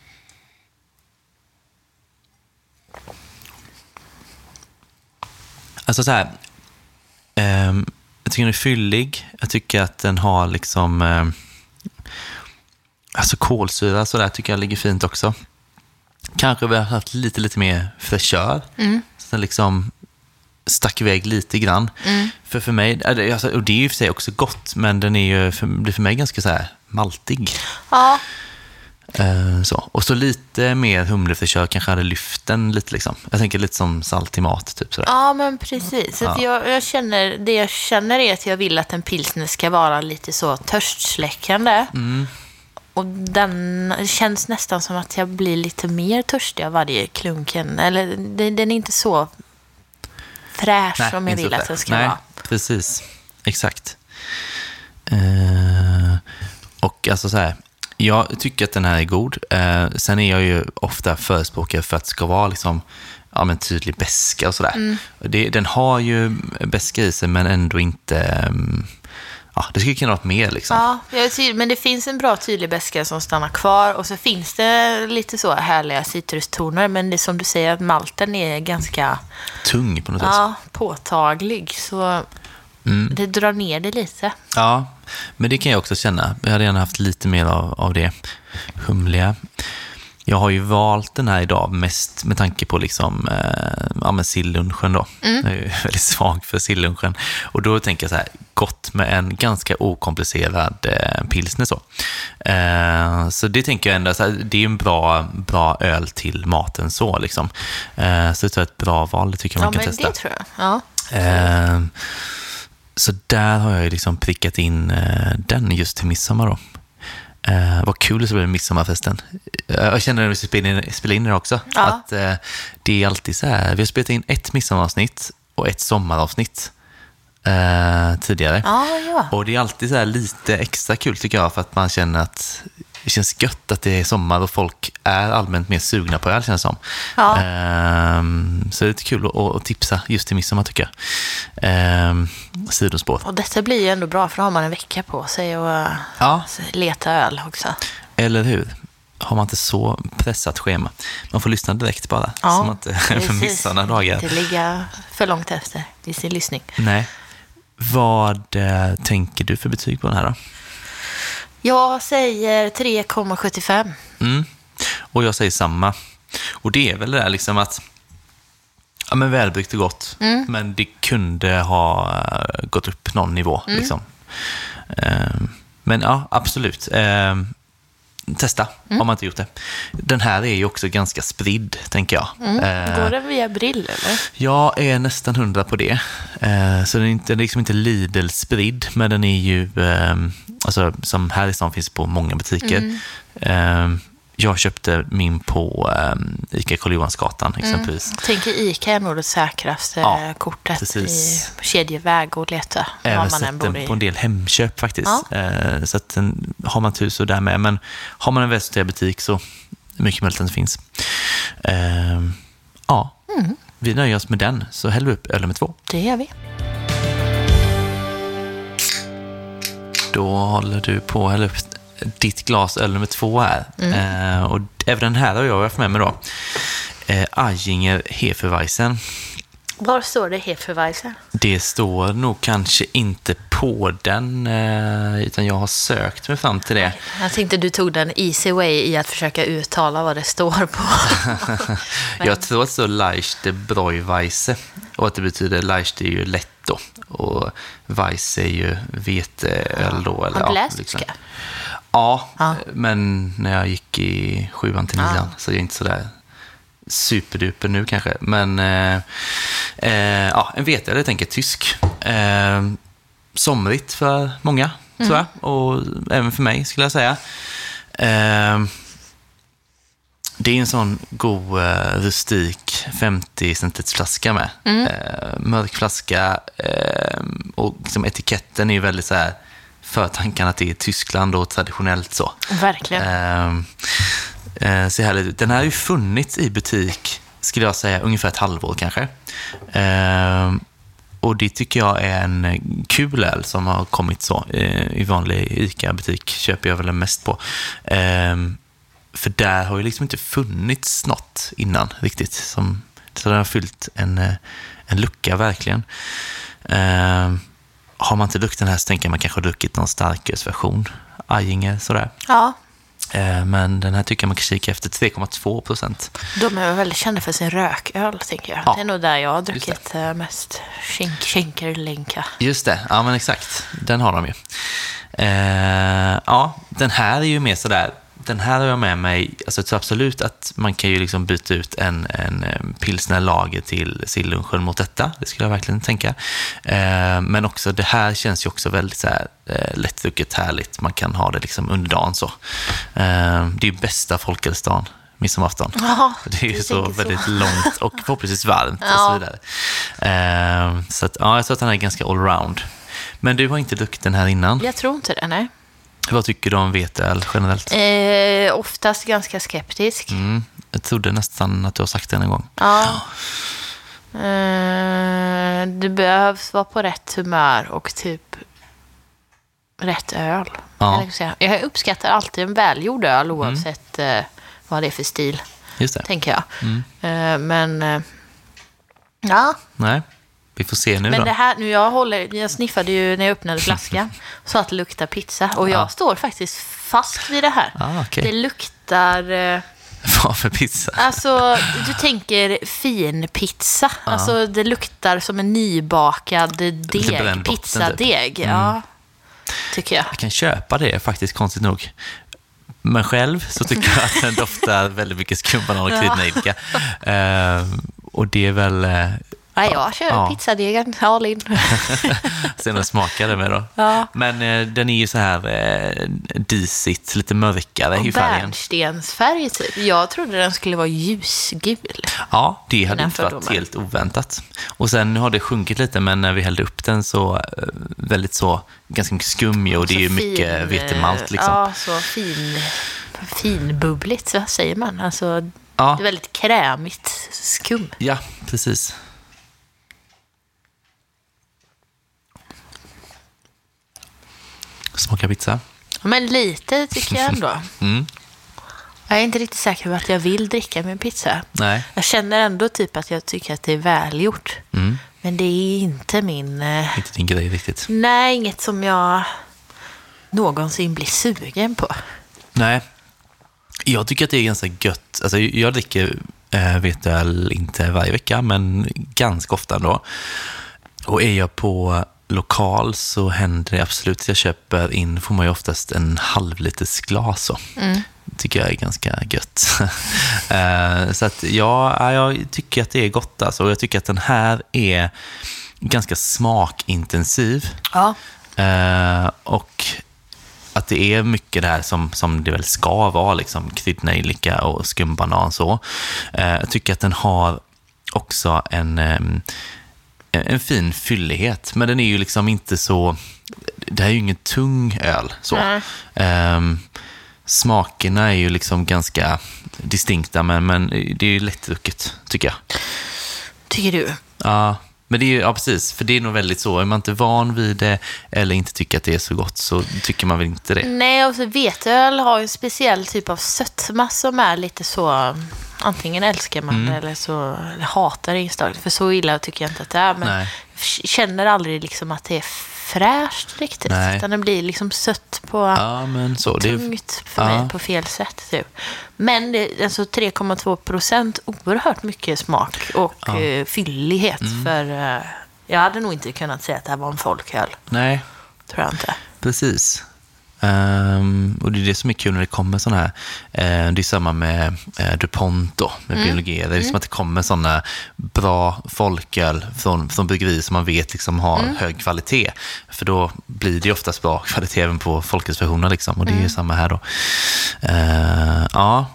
Alltså så här, ehm, jag tycker den är fyllig. Jag tycker att den har liksom, ehm, alltså kolsyra så där tycker jag ligger fint också. Kanske vi har haft lite, lite mer fräschör. Mm. Så den liksom stack iväg lite grann. Mm. För för mig, alltså, och det är ju för sig också gott, men den är ju för, blir för mig ganska så här maltig. Ja, Eh, så. Och så lite mer humlefräschör kanske hade lyft den lite liksom. Jag tänker lite som salt i mat typ sådär. ja men precis. Så att Ja. jag, jag känner, det jag känner är att jag vill att en pilsner ska vara lite så törstsläckande. Mm. Och den känns nästan som att jag blir lite mer törstig av varje klunken. Eller den, den är inte så fräsch Nej, som jag inte så vill att fräsch. den ska Nej, vara. precis. Exakt. Eh, och alltså så här, jag tycker att den här är god. Eh, sen är jag ju ofta förespråkare för att det ska vara liksom, ja, men tydlig beska och sådär. Mm. Det, den har ju beska i sig, men ändå inte... Um, ja, det skulle kunna vara mer liksom. Ja, jag är tydlig, men det finns en bra tydlig beska som stannar kvar. Och så finns det lite så härliga citrustoner. Men det är som du säger att malten är ganska Tung på något sätt. ja, påtaglig. Så Mm. det drar ner det lite. Ja, men det kan jag också känna. Jag hade gärna haft lite mer av, av det humliga. Jag har ju valt den här idag mest med tanke på liksom, eh, ja, men sillunchen då. Mm. Jag är ju väldigt svag för sillunchen. Och då tänker jag så här, gott med en ganska okomplicerad eh, pilsner så. Eh, så det tänker jag ändå, så här, det är en bra, bra öl till maten så liksom. Eh, så det är ett bra val, det tycker jag Ja, man kan men testa. det tror jag. Ja. Eh, så där har jag ju liksom prickat in eh, den just till midsommar då. Eh, vad kul det ska bli med midsommarfesten. Eh, jag känner när vi ska spela in, spela in det också. Ja. Att eh, det är alltid så här. Vi har spelat in ett midsommaravsnitt och ett sommaravsnitt eh, tidigare. Ja, ja. Och det är alltid så här lite extra kul tycker jag, för att man känner att det känns gött att det är sommar och folk är allmänt mer sugna på öl, känns det som. Ja. Ehm, så det är lite kul att, att tipsa just till midsommar, tycker jag. Ehm, sidospår. Och detta blir ju ändå bra, för då har man en vecka på sig och Ja. leta öl också. Eller hur? Har man inte så pressat schema. Man får lyssna direkt bara. Ja, så man inte missar några dagar. Inte ligga för långt efter i sin lyssning. Nej. Vad eh, tänker du för betyg på den här då? Jag säger tre komma sjuttiofem. Mm. Och jag säger samma. Och det är väl det där liksom att ja, men välbryggt och gott. Mm. Men det kunde ha uh, gått upp någon nivå. Mm. Liksom. Uh, men ja, absolut. Uh, testa mm. om man inte gjort det. Den här är ju också ganska spridd, tänker jag. Mm. Uh, Går den via Brill, eller? Jag är nästan hundra på det. Uh, så den är inte, liksom inte Lidl-spridd, men den är ju uh, alltså, som här i stan finns på många butiker. Mm. Uh, Jag köpte min på um, Ica Karl Johansgatan exempelvis. Mm. Tänker Ica är nog det säkraste ja, kortet precis. I kedjeväg och leta. Även sett den på en del Hemköp faktiskt. Ja. Uh, så att den, har man tur så där med. Men har man en välsorterad butik så är det mycket möjligt att den finns. Uh, ja, mm. vi nöjer oss med den. Så häller vi upp öl nummer två. Det gör vi. Då håller du på att hälla upp ditt glas öl nummer två här. Mm. Eh, och även den här har jag haft med mig då. Eh, Ajinger Hefeweizen. Var står det Hefeweizen? Det står nog kanske inte på den, eh, utan jag har sökt mig fram till det. Jag tänkte du tog den easy way i att försöka uttala vad det står på. Jag tror att det står Leichte Bräuweisse och att det betyder Leichte är ju lätt då. Och Weiss är ju veteöl då. Eller, har du läst ja, liksom. tyska? Ja, ja, men när jag gick i sjuan till nian ja. så jag är inte så där superduper nu kanske. Men eh, eh, ja, en veteöl, jag tänker tysk. Eh, somrigt för många, mm. tror jag. Och även för mig skulle jag säga. Eh, det är en sån god eh, rustik femtio centiliters flaska med. Mm. Eh, mörk flaska eh, och liksom etiketten är ju väldigt så här för tankarna till Tyskland och traditionellt så. Verkligen. Eh, eh, ser härligt ut. Den här har ju funnits i butik, skulle jag säga, ungefär ett halvår kanske. Eh, och det tycker jag är en kul öl som har kommit så. Eh, I vanlig Ica-butik köper jag väl den mest på. Eh, för där har ju liksom inte funnits något innan riktigt. Som, så den har fyllt en, en lucka verkligen. Eh, har man inte druckit den här så tänker man kanske har druckit någon starkölsversion. Ajinger, sådär. Ja. Eh, men den här tycker jag man kan kika efter tre komma två procent. De är väldigt kända för sin rököl, tänker jag. Ja. Det är nog där jag har druckit mest Schinkerlinka. Just det, ja men exakt. Den har de ju. Eh, ja, den här är ju mer sådär. Den här har jag med mig, alltså jag tror absolut att man kan ju liksom byta ut en, en pilsner lager till sillunchen mot detta, det skulle jag verkligen tänka. Eh, men också det här känns ju också väldigt så här eh, lättdrucket, härligt, man kan ha det liksom under dagen så. Eh, det är ju bästa folkölsdagen, midsommarafton. Ja, det är ju så väldigt så. Långt och förhoppningsvis varmt ja. Och så vidare. Eh, så att, ja, jag tror att den är ganska allround. Men du har inte druckit den här innan? Jag tror inte det, nej. Vad tycker du om veteöl generellt? Eh, oftast ganska skeptisk. Mm, jag trodde nästan att du har sagt det en gång. Ja. Eh, det behövs vara på rätt humör och typ rätt öl. Ja. Jag uppskattar alltid en välgjord öl oavsett mm. eh, vad det är för stil. Just det. Tänker jag. Mm. Eh, men eh, ja. Nej. Vi får se nu Men då. det här, nu jag, håller, jag sniffade ju när jag öppnade flaskan så att det luktar pizza. Och jag ja. står faktiskt fast vid det här. Ah, okay. Det luktar... Eh, vad för pizza? Alltså, du tänker fin pizza. Ah. Alltså, det luktar som en nybakad deg, pizzadeg. Typ. Mm. Ja, tycker jag. Jag kan köpa det faktiskt, konstigt nog. Men själv så tycker jag att den doftar väldigt mycket skumbanan och kryddnejlika. uh, och det är väl... Uh, Nej, jag kör ja. pizzadegen, all in. Sen att smaka det med då. Ja. Men eh, den är ju så här eh, disigt, lite mörkare och i färgen. Bärnstensfärg typ. Jag trodde den skulle vara ljusgul. Ja, det hade inte varit helt oväntat. Och sen har det sjunkit lite, men när vi hällde upp den så eh, väldigt så, ganska mycket skum och det är ju fin, mycket vetemalt liksom. Ja, så fin finbubbligt, vad säger man? Alltså, Ja. det är väldigt krämigt skum. Ja, precis. Smaka pizza. Men lite tycker jag ändå. Mm. Jag är inte riktigt säker på att jag vill dricka min pizza. Nej. Jag känner ändå typ att jag tycker att det är välgjort. Mm. Men det är inte min... Eh... Inte din grej riktigt. Nej, inget som jag någonsin blir sugen på. Nej. Jag tycker att det är ganska gött. Alltså, jag dricker äh, veteöl inte varje vecka, men ganska ofta ändå. Och är jag på lokal så händer det absolut att jag köper in, får man ju oftast en halvliters glas. Så. Mm. Tycker jag är ganska gött. uh, så att ja, jag tycker att det är gott alltså. Och jag tycker att den här är ganska smakintensiv. Ja. Uh, och att det är mycket det här som, som det väl ska vara, liksom kryddnejlika och skumbanan så. Uh, jag tycker att den har också en... Um, en fin fyllighet, men den är ju liksom inte så, det här är ju ingen tung öl så. Mm. Um, smakerna är ju liksom ganska distinkta, men, men det är ju lättdrucket tycker jag. Tycker du? Ja, men det är ju, ja precis, för det är nog väldigt så, är man inte van vid det eller inte tycker att det är så gott så tycker man väl inte det. Nej, och så veteöl har ju en speciell typ av sötma som är lite så, antingen älskar man mm. det eller så eller hatar det inslaget, för så illa tycker jag inte att det är, men Nej. jag känner aldrig liksom att det är fräscht riktigt. Nej. Utan det blir liksom sött på ja, men så, tungt för ja. mig på fel sätt. Typ. Men det är alltså tre komma två procent oerhört mycket smak och ja. uh, fyllighet. Mm. För uh, jag hade nog inte kunnat säga att det här var en folköl. Nej. Tror jag inte. Precis. Um, och det är det som är kul när det kommer sådana här uh, det är samma med uh, DuPont då, med mm. biologi. Det är liksom mm. att det kommer sådana bra folköl från, från bryggerier som man vet liksom har mm. hög kvalitet. För då blir det oftast bra kvalitet även på folkölsversioner liksom. Och det är ju mm. samma här då. Uh, ja.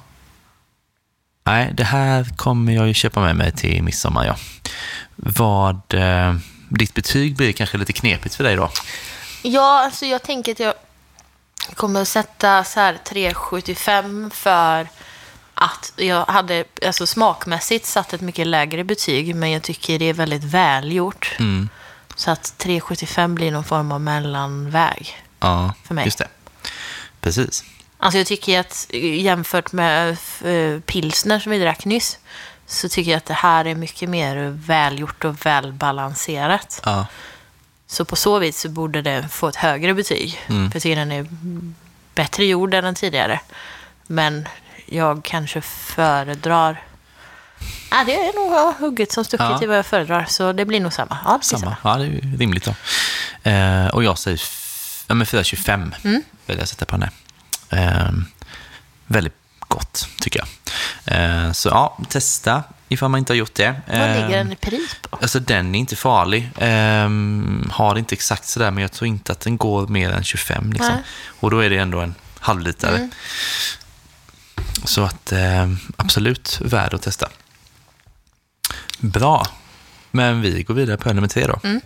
Nej, det här kommer jag ju köpa med mig till midsommar, ja. Vad uh, ditt betyg blir kanske lite knepigt för dig då? Ja, alltså jag tänker att jag kommer att sätta så här tre komma sjuttiofem för att jag hade alltså smakmässigt satt ett mycket lägre betyg, men jag tycker det är väldigt välgjort. Mm. Så att tre komma sjuttiofem blir någon form av mellanväg ja, för mig. Just det. Precis. Alltså jag tycker att jämfört med pilsner som vi drack nyss så tycker jag att det här är mycket mer välgjort och välbalanserat. Ja. Så på så vis så borde det få ett högre betyg. Mm. För jag tycker den är bättre gjord än den tidigare. Men jag kanske föredrar... Ja, det är nog hugget som stucket ja. till vad jag föredrar. Så det blir nog samma. Ja, det samma. samma. Ja, det är rimligt då. Eh, och jag säger f- ja, men fyra komma tjugofem mm. vill jag sätta på den här. Eh, väldigt gott, tycker jag. Eh, så ja, testa ifall man inte har gjort det. Vad ligger den i pris på? Alltså den är inte farlig. Um, har inte exakt sådär, men jag tror inte att den går mer än tjugofem. Liksom. Och då är det ändå en halvlitare. Mm. Så att um, absolut värd att testa. Bra. Men vi går vidare på nummer tre då. Mm.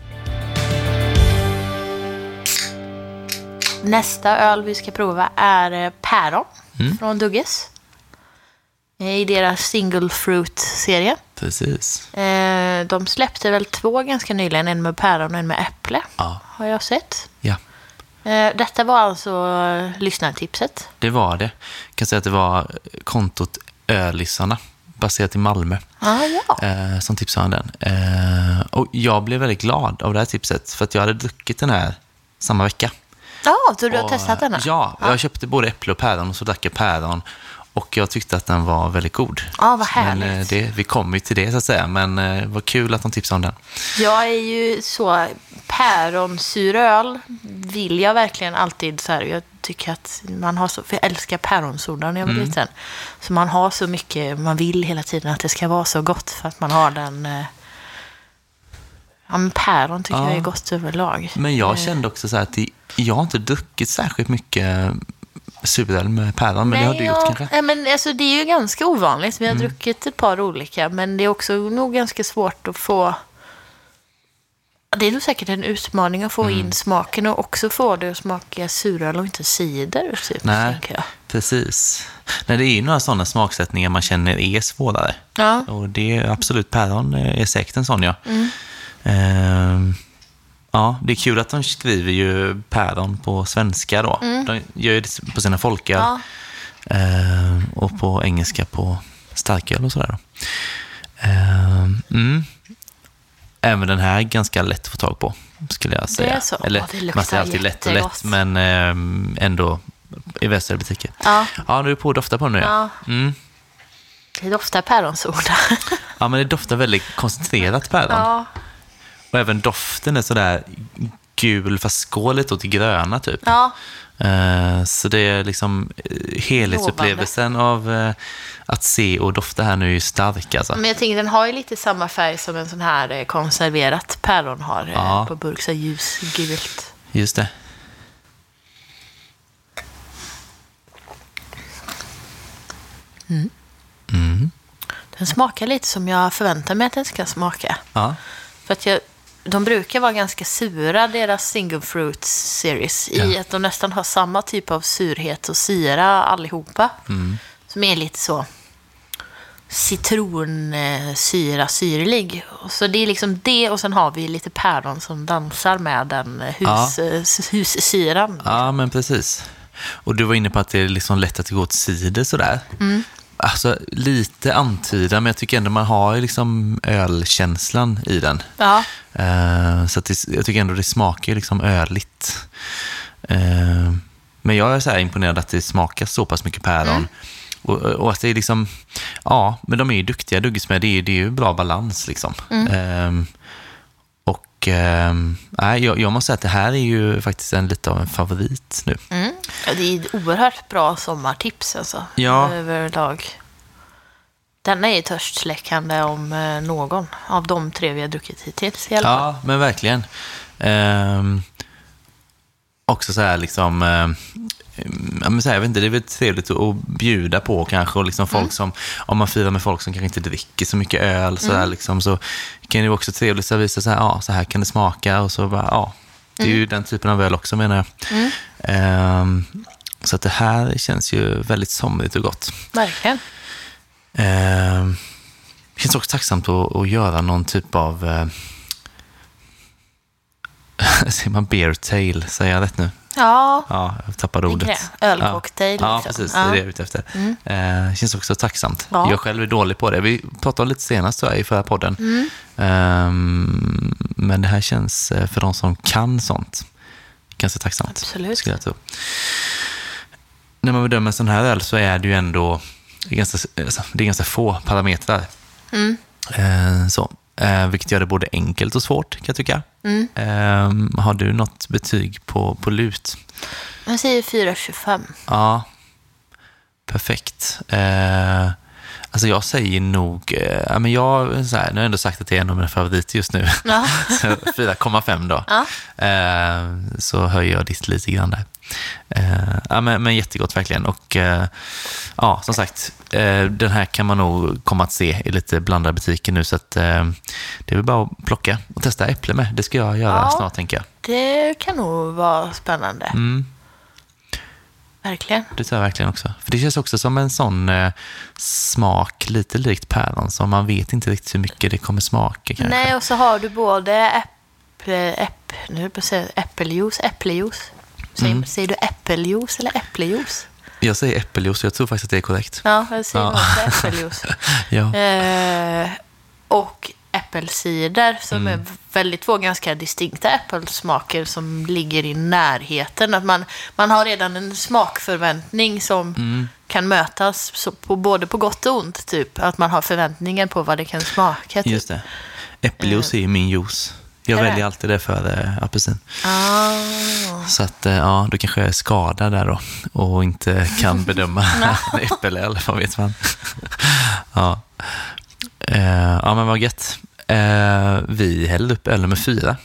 Nästa öl vi ska prova är Päron mm. från Dugges. I deras single fruit-serie. Precis. De släppte väl två ganska nyligen. En med päron och en med äpple. Ja. Har jag sett. Ja. Detta var alltså lyssnartipset. Det var det. Jag kan säga att det var kontot Ölissarna, baserat i Malmö. Ah, ja. Som tipsade om den. Och jag blev väldigt glad av det här tipset. För att jag hade druckit den här samma vecka. Ja, så du har och, testat den här? Ja, jag köpte både äpple och päron och så drack jag päron. Och jag tyckte att den var väldigt god. Ja, vad härligt. Men det, vi kommer ju till det så att säga. Men det var kul att de tipsade om den. Jag är ju så... Päronsuröl vill jag verkligen alltid så här. Jag tycker att man har så... För jag älskar päronsoda när jag var mm. liten. Så man har så mycket... Man vill hela tiden att det ska vara så gott. För att man har den... Ja, men päron tycker ja. jag är gott överlag. Men jag kände också så här att jag har inte druckit särskilt mycket... suröl med päron, men Nej, det har du gjort kanske? Ja, men alltså, det är ju ganska ovanligt. Vi har mm. druckit ett par olika, men det är också nog ganska svårt att få... Det är nog säkert en utmaning att få mm. in smaken och också få det att smaka suröl och inte cider. Typ, Nej, jag. precis. Nej, det är ju några sådana smaksättningar man känner är svårare. Ja. Och det är absolut, päron är säkert en sån, ja. Mm. Ehm, ja, det är kul att de skriver ju päron på svenska då. Mm. De gör ju det på sina folköl. Ja. Ehm, och på engelska på starköl och sådär då. Ehm, mm. Även den här är ganska lätt att få tag på, skulle jag säga. Det är så. Eller, ja, det man säger alltid lätt och lätt, men äm, ändå i västra butiker. Ja. Ja, du är på att dofta på nu. Ja. Ja. Mm. Det doftar päronsoda. Ja, men det doftar väldigt koncentrerat päron. Ja. Och även doften är sådär gul, fast skålet åt gröna typ. Ja. Uh, så det är liksom uh, helhetsupplevelsen av uh, att se och dofta här nu är ju stark alltså. Men jag tänker den har ju lite samma färg som en sån här eh, konserverat päron har ja. eh, på burk, så ljusgult. Just det. Mm. Mm. Den smakar lite som jag förväntar mig att den ska smaka. Ja. För att jag, de brukar vara ganska sura, deras single fruit series, ja. I att de nästan har samma typ av surhet och syra allihopa. Mm. Som är lite så citronsyra syrlig. Så det är liksom det, och sen har vi lite päron som dansar med den hus, ja. hussyran. Ja, men precis. Och du var inne på att det är liksom lätt att gå åt cider sådär. Mm. Alltså lite antyda, men jag tycker ändå man har liksom ölkänslan i den. Ja. Uh, så att det, jag tycker ändå det smakar liksom öligt. Uh, men jag är så här imponerad att det smakar så pass mycket päron. Mm. Och, och att det är liksom, ja, men de är ju duktiga Dugges med, det är, det är ju bra balans liksom. Mm. Uh, och uh, jag, jag måste säga att det här är ju faktiskt en lite av en favorit nu. Mm. Ja, det är ett oerhört bra sommartips alltså, ja. Överlag. Denna är törstsläckande om någon av de tre vi har druckit hittills i alla fall. Ja, men verkligen. Ehm, också så här liksom, eh, men så här, jag vet inte, det är väl trevligt att bjuda på kanske, och liksom folk mm. som, om man firar med folk som kanske inte dricker så mycket öl så, mm. här, liksom, så kan det ju också trevligt att visa så här, ja, så här kan det smaka, och så bara, ja, det är mm. ju den typen av öl också, menar jag. Mm. Ehm, så att det här känns ju väldigt somrigt och gott. Verkligen. Eh, det känns också tacksamt att, att göra någon typ av eh, säger man beer tail, säger jag rätt nu? Ja. Ja, jag tappade ordet. Ölcocktail. Ja, liksom. ja, precis, ja. det är det jag är ute efter. Mm. Eh, det känns också tacksamt. Ja. Jag själv är dålig på det. Vi pratade om lite senast så här, i förra podden. Mm. Eh, men det här känns för de som kan sånt ganska tacksamt. Absolut. Skulle jag tro. När man bedömer sån här öl så är det ju ändå det är ganska, det är ganska få parametrar. Mm. Eh, så, eh, vilket gör det både enkelt och svårt, kan jag tycka. Mm. Eh, har du något betyg på, på lut? Jag säger fyra komma tjugofem. Ja, perfekt. Eh, alltså jag säger nog, eh, men jag, så här, nu har jag ändå sagt att det är en av mina favoriter just nu. Ja. fyra komma fem då. Ja. Eh, så höjer jag ditt lite grann där. Uh, ja, men, men jättegott verkligen. Och uh, ja, som sagt, uh, den här kan man nog komma att se i lite blandade butiker nu, så att uh, det är väl bara att plocka och testa äpple med. Det ska jag göra ja, snart, tänker jag. Det kan nog vara spännande. Mm. Verkligen. Det tror jag verkligen också. För det känns också som en sån uh, smak lite likt päron, så man vet inte riktigt hur mycket det kommer smaka kanske. Nej, och så har du både äpple, äpp, nu på säga äppeljuice, äpplejuice. Säger, mm. säger du äppeljuice eller äpplejuice? Jag säger äppeljuice, jag tror faktiskt att det är korrekt. Ja, jag säger ja. också äppeljuice. ja. eh, och äppelcider som mm. är väldigt två ganska distinkta äppelsmaker som ligger i närheten. Att man, man har redan en smakförväntning som mm. kan mötas så på, både på gott och ont. Typ. Att man har förväntningar på vad det kan smaka. Typ. Just det. Äppeljuice eh. är min juice. Jag väljer det? alltid det för äh, apelsin. Oh. Så att, äh, ja, då kanske jag är skadad där då. Och inte kan bedöma no. äppel eller vad vet man. ja. Uh, ja, men vad gött. Uh, vi hällde upp öl nummer fyra.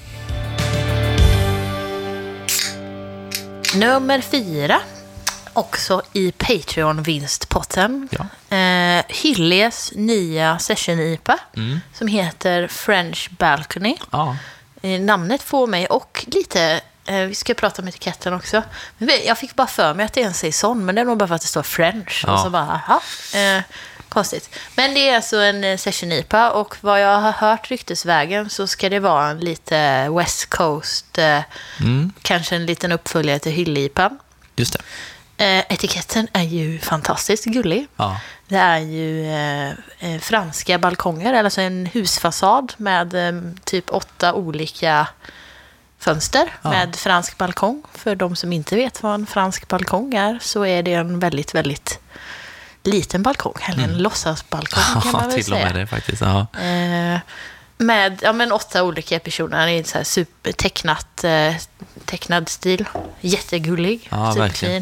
Nummer fyra. Också i Patreon-vinstpotten. Ja. Uh, Hyllies nya Session I P A. Mm. Som heter French Balcony. Ja. eh, namnet får mig och lite... Eh, vi ska prata om etiketten också. Men jag fick bara för mig att det är en saison, men det är nog bara för att det står French. Ja. Och så bara, aha, eh, konstigt. Men det är alltså en eh, session I P A och vad jag har hört ryktesvägen så ska det vara en lite West Coast, eh, Mm. kanske en liten uppföljare till hyll-I P A. Just det. Eh, etiketten är ju fantastiskt gullig. Ja. Det är ju eh, eh, franska balkonger, alltså en husfasad med eh, typ åtta olika fönster Ja. med fransk balkong. För de som inte vet vad en fransk balkong är så är det en väldigt, väldigt liten balkong. Eller en låtsasbalkong kan man Ja, väl till och säga. med det faktiskt. Ja. Eh, med ja, men åtta olika personer i en så här super tecknat, eh, tecknad stil. Jättegullig. Ja, verkligen.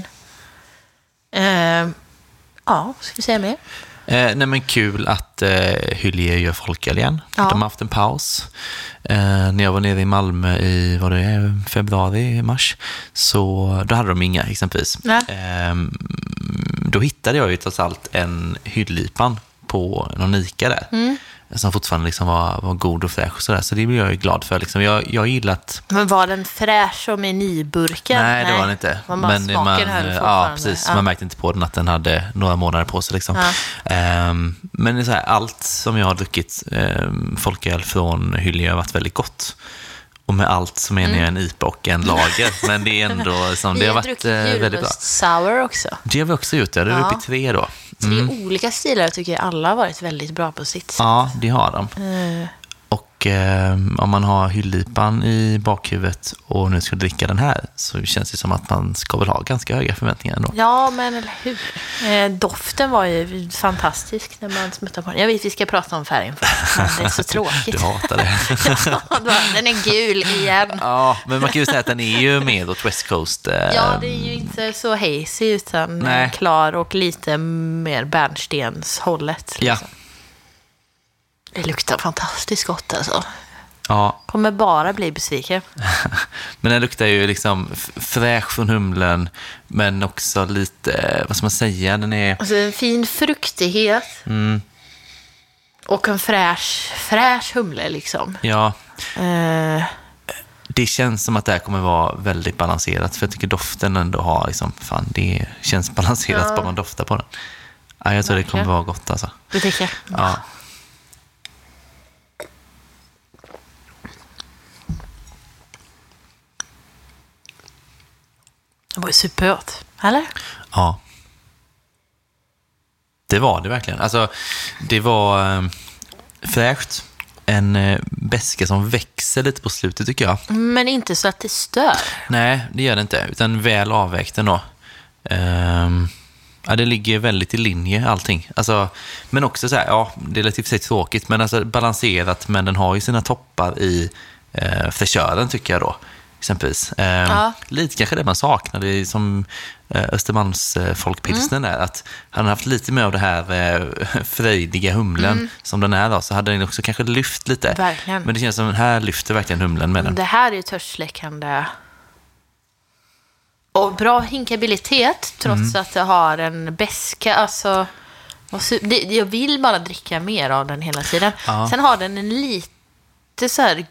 Eh, ja, ska vi säga mer? Eh, nej men kul att eh, Hyllie gör folköl igen. Ja. De har haft en paus. Eh, när jag var nere i Malmö i vad det är, februari, mars, så då hade de inga exempelvis. Nej. Eh, då hittade jag ju trots allt en hylllipan på någon Ica där. Mm. Som fortfarande liksom var, var god och fräsch och sådär. Så det blir jag ju glad för. Liksom. Jag, jag gillar att... Men var den fräsch som i nyburken? Nej, det var den inte. Man bara Men smaken man, höll ja, fortfarande. precis. Ja. Man märkte inte på den att den hade några månader på sig. Liksom. Ja. Ehm, men det är så här, allt som jag har druckit um, folköl från Hyllie har varit väldigt gott. Och med allt så menar jag en I P A och en lager. Men det är ändå liksom, Vi det har har varit druckit eh, väldigt bra. julmust sour också. Det har vi också gjort, det. Det är Ja. uppe i tre då. Tre Mm. olika stilar tycker jag alla har varit väldigt bra på sitt sätt. Ja, det har de. Eh, Och eh, om man har hyllipan i bakhuvudet och nu ska dricka den här så känns det som att man ska väl ha ganska höga förväntningar ändå. Ja, men eller hur? Eh, doften var ju fantastisk när man smuttade på den. Jag vet vi ska prata om färgen först, men det är så tråkigt. Du hatar det. Ja, den är gul igen. Ja, men man kan ju säga att den är ju mer åt West Coast. Eh, Ja, det är ju inte så hazy utan Nej. eh, klar och lite mer bärnstenshållet. Ja. Liksom. Det luktar fantastiskt gott alltså. Ja, Kommer bara bli besviken. men den luktar ju liksom f- fräsch från humlen, men också lite, vad ska man säga, den är... Alltså en fin fruktighet. Mm, Och en fräsch, fräsch humle liksom. ja, Eh, det känns som att det här kommer vara väldigt balanserat, för jag tycker doften ändå har liksom, fan, det känns balanserat Ja. bara man doftar på den. Ja, jag tror det kommer Verkligen. vara gott alltså. du tycker? Ja. Det var ju supergott. Eller? Ja. Det var det verkligen. Alltså, det var eh, fräscht. En eh, beska som växer lite på slutet tycker jag. Men inte så att det stör. Nej, det gör det inte. Utan väl avvägt ändå. Ehm, ja, det ligger väldigt i linje allting. Alltså, men också så här, ja, det är lite för sig tråkigt. Men alltså balanserat, men den har ju sina toppar i eh, fräschören tycker jag då. Exempelvis. Ehm, Ja. Lite kanske det man saknade i- som eh, Östermalms eh, folkpilsnen Mm. är. Att han har haft lite mer av det här eh, frejdiga humlen som den är då. Så hade den också kanske lyft lite. Verkligen. Men det känns som den här lyfter verkligen humlen med den. Det här är ju törstsläckande. Och bra hinkabilitet trots att det har en beska. Alltså, och su- det, jag vill bara dricka mer av den hela tiden. Ja. Sen har den en lite så här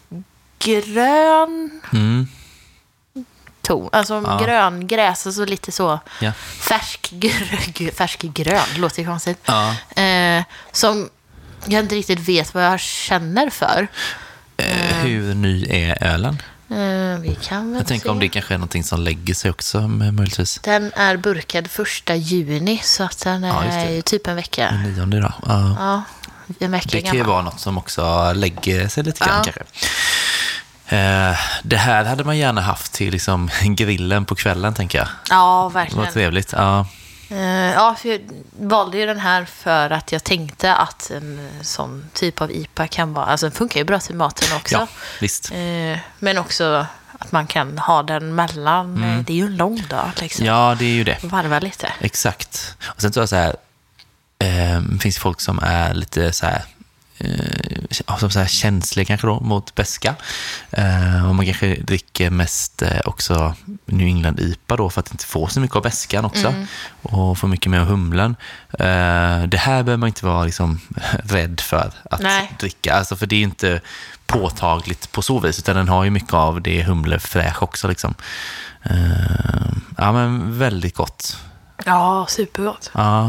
grön Mm. ton. Alltså Ja. grön gräs, alltså lite så Ja. färsk, gr- färsk grön. Det låter ju konstigt. Ja. Eh, som jag inte riktigt vet vad jag känner för. Eh, hur ny är ölen? Eh, vi kan väl Jag tänker se. om det kanske är någonting som lägger sig också med, möjligtvis. Den är burkad första juni, så att den Ja, just är det. ju typ en vecka. Den nionde då. Ja. Ja, en vecka Det kan ju gammal. vara något som också lägger sig lite grann Ja. kanske. Eh, det här hade man gärna haft till liksom grillen på kvällen, tänker jag. Ja, Det var verkligen. trevligt. Ja. Eh, ja, för jag valde ju den här för att jag tänkte att en sån typ av I P A kan vara... Alltså den funkar ju bra till maten också. Ja, visst. Eh, men också att man kan ha den mellan. eh, Det är ju en lång dag liksom. Ja, det är ju det. Varva lite. Exakt. Och sen tror jag så här, eh, det finns folk som är lite så här, eh, som så här känslig kanske då mot beska. Eh, och man kanske dricker mest eh, också New England I P A då för att inte få så mycket av beskan också. Mm. Och få mycket mer av humlen. Eh, det här behöver man inte vara liksom rädd för att Nej. dricka. Alltså för det är inte påtagligt på så vis, utan den har ju mycket av det humlefräsch också liksom. Uh, ja, men väldigt gott. Ja, supergott. Ja.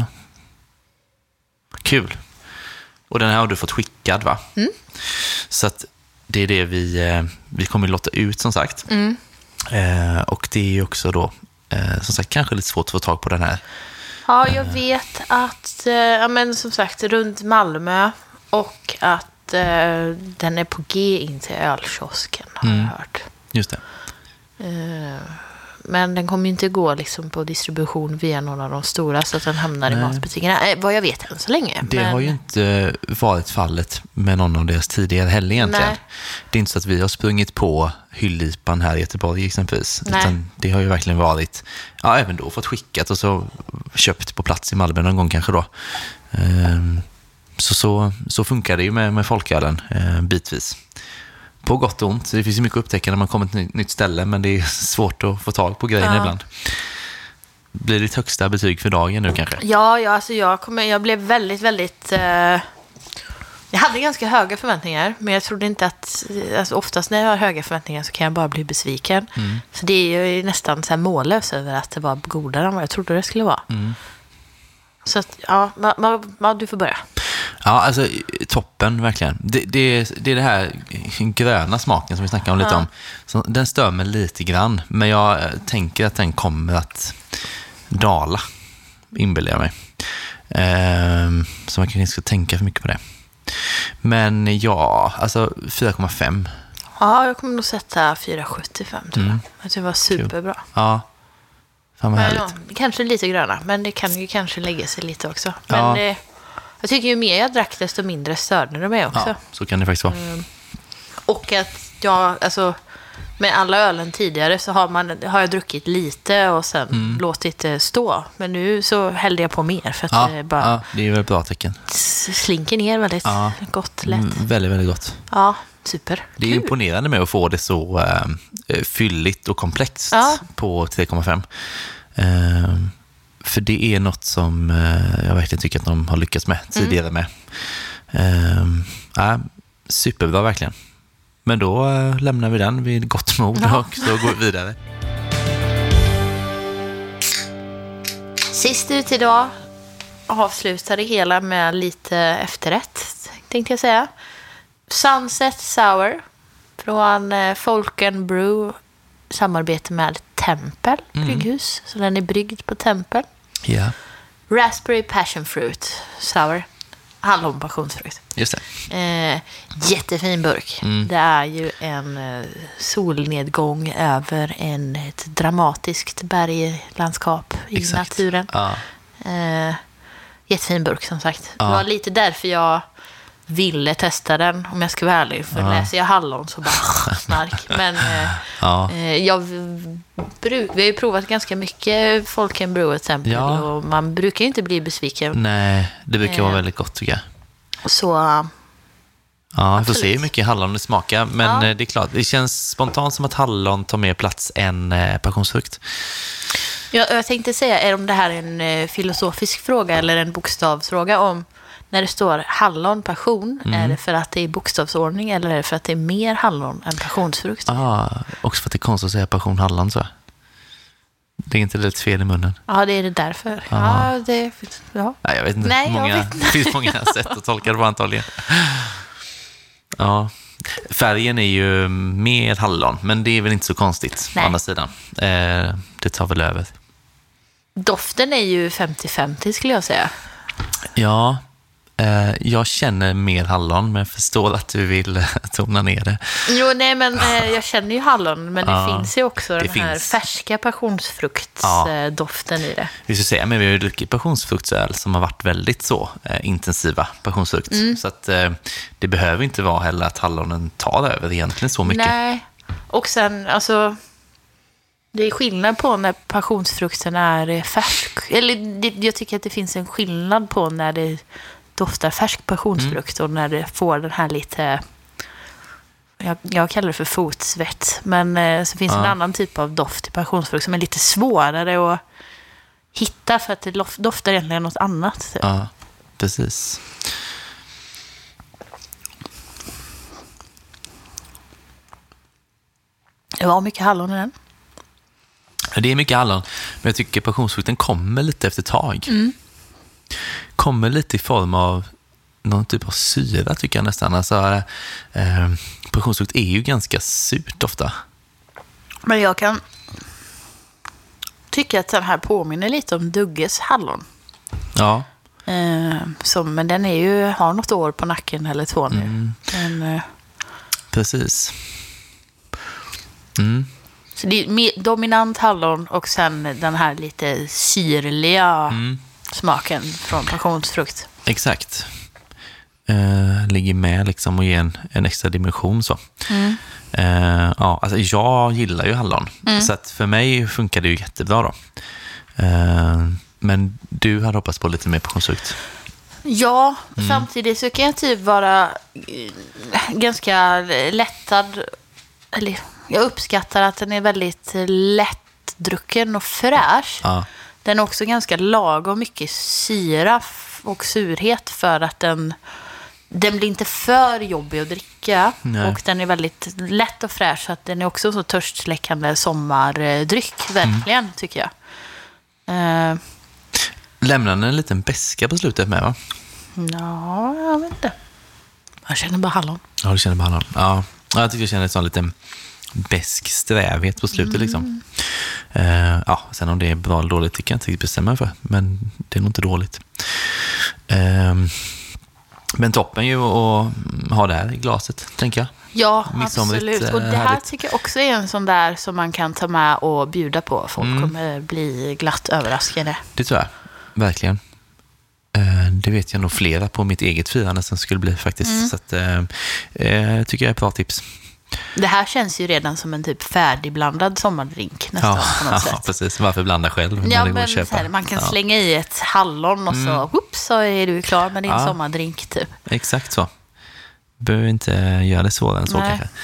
Kul. Och den här har du fått skickad, va? Mm. Så att det är det vi, vi kommer att låta ut, som sagt. Mm. Uh, och det är ju också då, uh, som sagt, kanske lite svårt att få tag på den här. Ja, jag uh. vet att, uh, ja, men som sagt, runt Malmö, och att uh, den är på G in till ölkiosken, har mm. jag hört. Just det. Uh, men den kommer ju inte gå liksom på distribution via någon av de stora, så att den hamnar Nej. i matbutikerna. Eh, vad jag vet än så länge. Det men... har ju inte varit fallet med någon av deras tidigare heller egentligen. Nej. Det är inte så att vi har sprungit på hyllipan här i Göteborg exempelvis. Nej. Utan det har ju verkligen varit, ja, även då fått skickat och så köpt på plats i Malmö någon gång kanske då. Um, så, så, så funkar det ju med, med folkölen uh, bitvis. På gott och ont. Det finns ju mycket att upptäcka när man kommer till ett nytt ställe, men det är svårt att få tag på grejerna ja. ibland. Blir det ditt högsta betyg för dagen nu kanske? Ja, ja alltså jag, kommer, jag blev väldigt, väldigt... Uh, jag hade ganska höga förväntningar, men jag trodde inte att... Alltså oftast när jag har höga förväntningar så kan jag bara bli besviken. Mm. Så det är ju nästan så här mållös över att det var godare än vad jag trodde det skulle vara. Mm. Så att, ja, ma, ma, ma, du får börja. Ja, alltså toppen verkligen. Det, det, det är det här gröna smaken som vi snackade om lite ja. om. Så den stör mig lite grann, men jag tänker att den kommer att dala, inbillar jag mig. Ehm, så man kanske inte ska tänka för mycket på det. Men ja, alltså fyra komma fem. Ja, jag kommer nog sätta fyra komma sjuttiofem tror jag. Mm. Jag tycker det var superbra. Cool. Ja. Fan vad härligt. Ja, kanske lite gröna, men det kan ju kanske lägga sig lite också. Men ja. det, jag tycker ju mer jag drack, desto mindre störde det mig också. Ja, så kan det faktiskt vara. Mm. Och att jag, alltså, med alla ölen tidigare så har, man, har jag druckit lite och sen mm. låtit det stå. Men nu så hällde jag på mer för att ja, det bara... Ja, det är väl ett bra tecken. Slinker ner väldigt ja. gott, lätt. Mm, väldigt, väldigt gott. Ja, super. Det är Kul. imponerande med att få det så äh, fylligt och komplext ja. på tre komma fem. Uh, för det är något som uh, jag verkligen tycker att de har lyckats med tidigare mm. med. Uh, uh, superbra verkligen. Men då uh, lämnar vi den vid gott mod ja. och så går vi vidare. Sist ut idag avslutade hela med lite efterrätt, tänkte jag säga. Sunset Sour från uh, Folken Brew, samarbete med Tempel brygghus. Mm. Så den är bryggd på Tempel. Yeah. Raspberry passion fruit sour. Hallon passionsfrukt. Just det. Eh, jättefin burk. Mm. Det är ju en eh, solnedgång över en, ett dramatiskt berglandskap i Exakt. naturen. Ja. Eh, jättefin burk som sagt. Ja. Det var lite därför jag ville testa den, om jag ska vara ärlig. För ja. läser jag hallon så bara snark. Men eh, ja. eh, jag bruk, vi har ju provat ganska mycket Folken Brew exempel ja. och man brukar ju inte bli besviken. Nej, det brukar eh, vara väldigt gott tycker jag. Så ja, vi får se hur mycket hallon det smakar. Men ja. det är klart, det känns spontant som att hallon tar mer plats än eh, passionsfrukt. Jag, jag tänkte säga, är om det här är en eh, filosofisk fråga eller en bokstavsfråga om när det står hallon, passion, mm. är det för att det är bokstavsordning eller är det för att det är mer hallon än passionsfrukt? Ah, också för att det är konstigt att säga passion hallon så. Det är inte lite fel i munnen. Ja, det är det därför. Ah. Ja, det, ja. Nej, jag vet inte. Nej, många, jag vet inte. Det finns många sätt att tolka det på antagligen. Ja. Färgen är ju mer hallon, men det är väl inte så konstigt. Nej. Å andra sidan. Eh, det tar väl över. Doften är ju femtio femtio skulle jag säga. Ja, eh, jag känner mer hallon, men jag förstår att du vill tona ner det. Jo, nej, men eh, jag känner ju hallon, men det ja, finns ju också den här finns. färska passionsfruktsdoften ja. i det. Vi ska säga, men vi har ju druckit passionsfruktsöl som har varit väldigt så eh, intensiva passionsfrukt. Mm. Så att eh, det behöver inte vara heller att hallonen tar över egentligen så mycket. Nej, och sen alltså... Det är skillnad på när passionsfrukten är färsk. Eller det, jag tycker att det finns en skillnad på när det doftar färsk passionsfrukt och när det får den här lite, jag, jag kallar det för fotsvett, men eh, så finns ja. en annan typ av doft i passionsfrukt som är lite svårare att hitta för att det doftar egentligen något annat. Typ. Ja, precis. Det var mycket hallon i den. Det är mycket hallon, men jag tycker passionsfrukten kommer lite efter ett tag. Mm. Kommer lite i form av någon typ av syra tycker jag nästan. Alltså, eh, passionsfrukt är ju ganska surt ofta. Men jag kan tycka att den här påminner lite om Dugges hallon. Ja. Eh, som, men den är ju, har något år på nacken eller två nu. Mm. Men, eh, precis. Mm. Så det är mer dominant hallon och sen den här lite syrliga mm. smaken från passionsfrukt. Exakt. Uh, ligger med liksom och ger en, en extra dimension så. Mm. Uh, ja, alltså jag gillar ju hallon. Mm. Så att för mig funkar det ju jättebra då. Uh, men du hade hoppats på lite mer passionsfrukt. Ja, mm. samtidigt så kan jag typ vara ganska lättad. Eller jag uppskattar att den är väldigt lättdrucken och fräsch. Ja. Den är också ganska lagom mycket syra och surhet för att den, den blir inte för jobbig att dricka. Nej. Och den är väldigt lätt och fräsch så att den är också så törstsläckande sommardryck, verkligen, mm. tycker jag. Uh, Lämnar den en liten beska på slutet med, va? Ja, jag vet inte. Jag känner bara hallon. Ja, du känner bara hallon. Ja, jag tycker jag känner en sån liten besk strävhet på slutet mm. liksom. Uh, ja, sen om det är bra eller dåligt tycker jag inte bestämma för, men det är nog inte dåligt. Uh, men toppen ju att ha det här i glaset, tänker jag. Ja, absolut. Och det här härligt. Tycker jag också är en sån där som man kan ta med och bjuda på. Folk mm. kommer bli glatt överraskade. Det tror jag, verkligen. Det vet jag nog flera på mitt eget firande som skulle bli faktiskt. Mm. Så att, eh, tycker jag är ett bra tips. Det här känns ju redan som en typ färdigblandad sommardrink nästan ja, på något sätt. Ja, precis. Varför blanda själv? Ja, men så här, man kan ja. slänga i ett hallon och så, mm. whoops, så är du klar med din ja. sommardrink typ. Exakt så. Behöver inte göra det svårare än så Nej. kanske.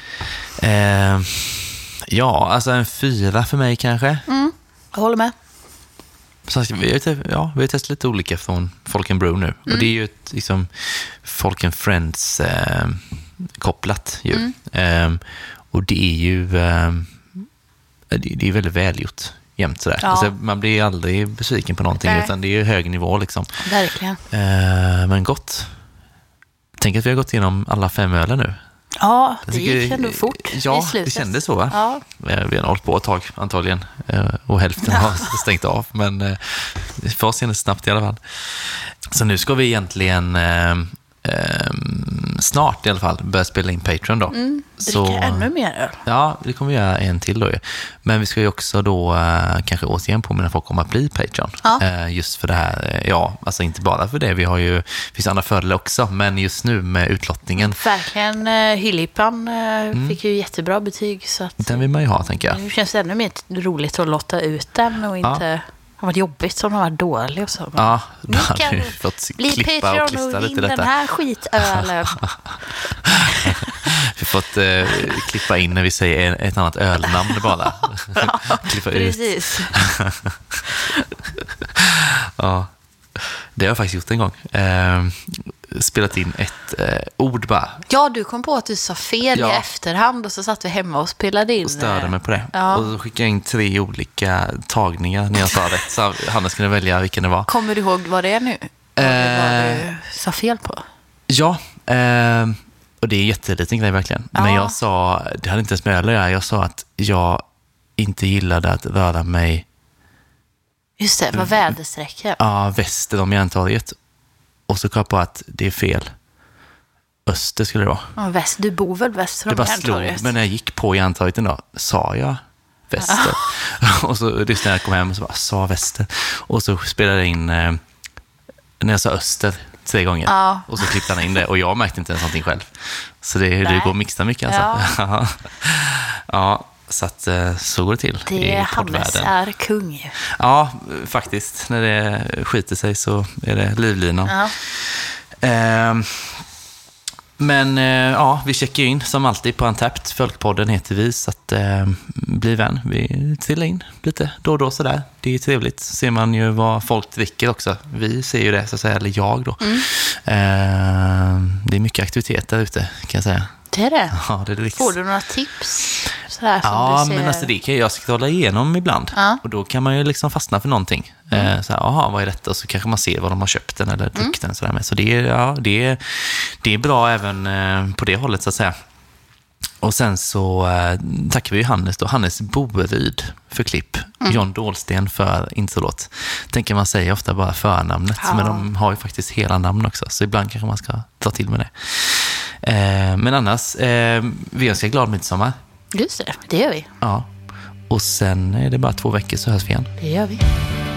Eh, ja, alltså en fyra för mig kanske. Mm. Jag håller med. Så vi har, ja, vi har testat lite olika från Folk and Brew nu. Mm. Och det är ju ett liksom, Folk and Friends eh, kopplat ju. Mm. Eh, och det är ju eh, det, det är väldigt välgjort jämt sådär. Ja. Alltså, man blir aldrig besviken på någonting. Nej. Utan det är ju hög nivå liksom. Verkligen. Eh, men gott. Tänk att vi har gått igenom alla fem öler nu. Ja, det gick ändå fort. Ja, det kändes så, va? Ja. Vi har hållit på ett tag antagligen. Och hälften ja. har stängt av. Men för oss kändes snabbt i alla fall. Så nu ska vi egentligen eh, eh, snart i alla fall börja spela in Patreon då. Mm, dricka så, ännu mer öl. Ja, det kommer vi göra en till då. Men vi ska ju också då eh, kanske återigen påminna folk om att bli Patreon. Ja. Eh, just för det här, ja, alltså inte bara för det. Vi har ju, det finns andra fördelar också, men just nu med utlottningen. Verkligen, eh, Hyllipan eh, mm. fick ju jättebra betyg. Så att, den vill man ju ha, tänker jag. Nu känns det ännu mer roligt att lotta ut den och inte... Ja. Det har varit jobbigt som de var dåliga och så. Ja, då har vi fått bli klippa Patreon och klistra och lite den detta. här skitölen. Vi har fått eh, klippa in när vi säger ett annat ölnamn bara. Ja, klippa precis. ut. Ja, det har jag faktiskt gjort en gång. Eh, spelat in ett eh, ord bara. Ja, du kom på att du sa fel ja. i efterhand och så satt vi hemma och spelade in. Och störde mig på det. Ja. Och så skickade jag in tre olika tagningar när jag sa rätt. Så Hannes kunde välja vilken det var. Kommer du ihåg vad det är nu? Vad eh, du sa fel på? Ja, eh, och det är en jätteliten grej verkligen. Ja. Men jag sa, det hade inte ens med öl att göra. Jag sa att jag inte gillade att röra mig. Just det, det var väderstrecket. Ja, väster om Järntorget. Och så kom jag på att det är fel. Öster skulle det vara. Ja, väst, du bor väl väster om det bara Järntorget? Slog, men när jag gick på Järntorget idag sa jag väster. Ja. Och så lyssnade jag kom hem och så bara, sa väster. Och så spelade jag in eh, när jag sa öster tre gånger. Ja. Och så klippte han in det. Och jag märkte inte ens någonting själv. Så det, det går att mixa mycket alltså. Ja. Ja. Så att så går det till det i Hannes är kung. Ja, faktiskt. När det skiter sig så är det livlinan. Ja. Eh, men eh, ja, vi checkar in som alltid på Untapped. Folkpodden heter vi, så att eh, bli vän. Vi trillar in lite då och då sådär. Det är trevligt. Ser man ju vad folk dricker också. Vi ser ju det, så att säga, eller jag då. Mm. Eh, det är mycket aktivitet där ute, kan jag säga. Det är det. Ja, det är det. Får du några tips? Sådär, som ja, du ser... men alltså det kan jag scrolla igenom ibland. Ja. Och då kan man ju liksom fastna för någonting. Mm. Eh, så här, aha, vad är detta? Och så kanske man ser vad de har köpt den eller druckit mm. den. Sådär med. Så det är, ja, det, är, det är bra även eh, på det hållet, så att säga. Och sen så eh, tackar vi ju Hannes då. Hannes Boeryd för klipp. Mm. John Dahlsten för introlåt. Tänker man säger ofta bara förnamnet. Ja. Men de har ju faktiskt hela namn också. Så ibland kanske man ska ta till med det. Eh, men annars, eh, vi önskar glad midsommar. Just det, det gör vi. Ja. Och sen är det bara två veckor så hörs vi igen. Det gör vi.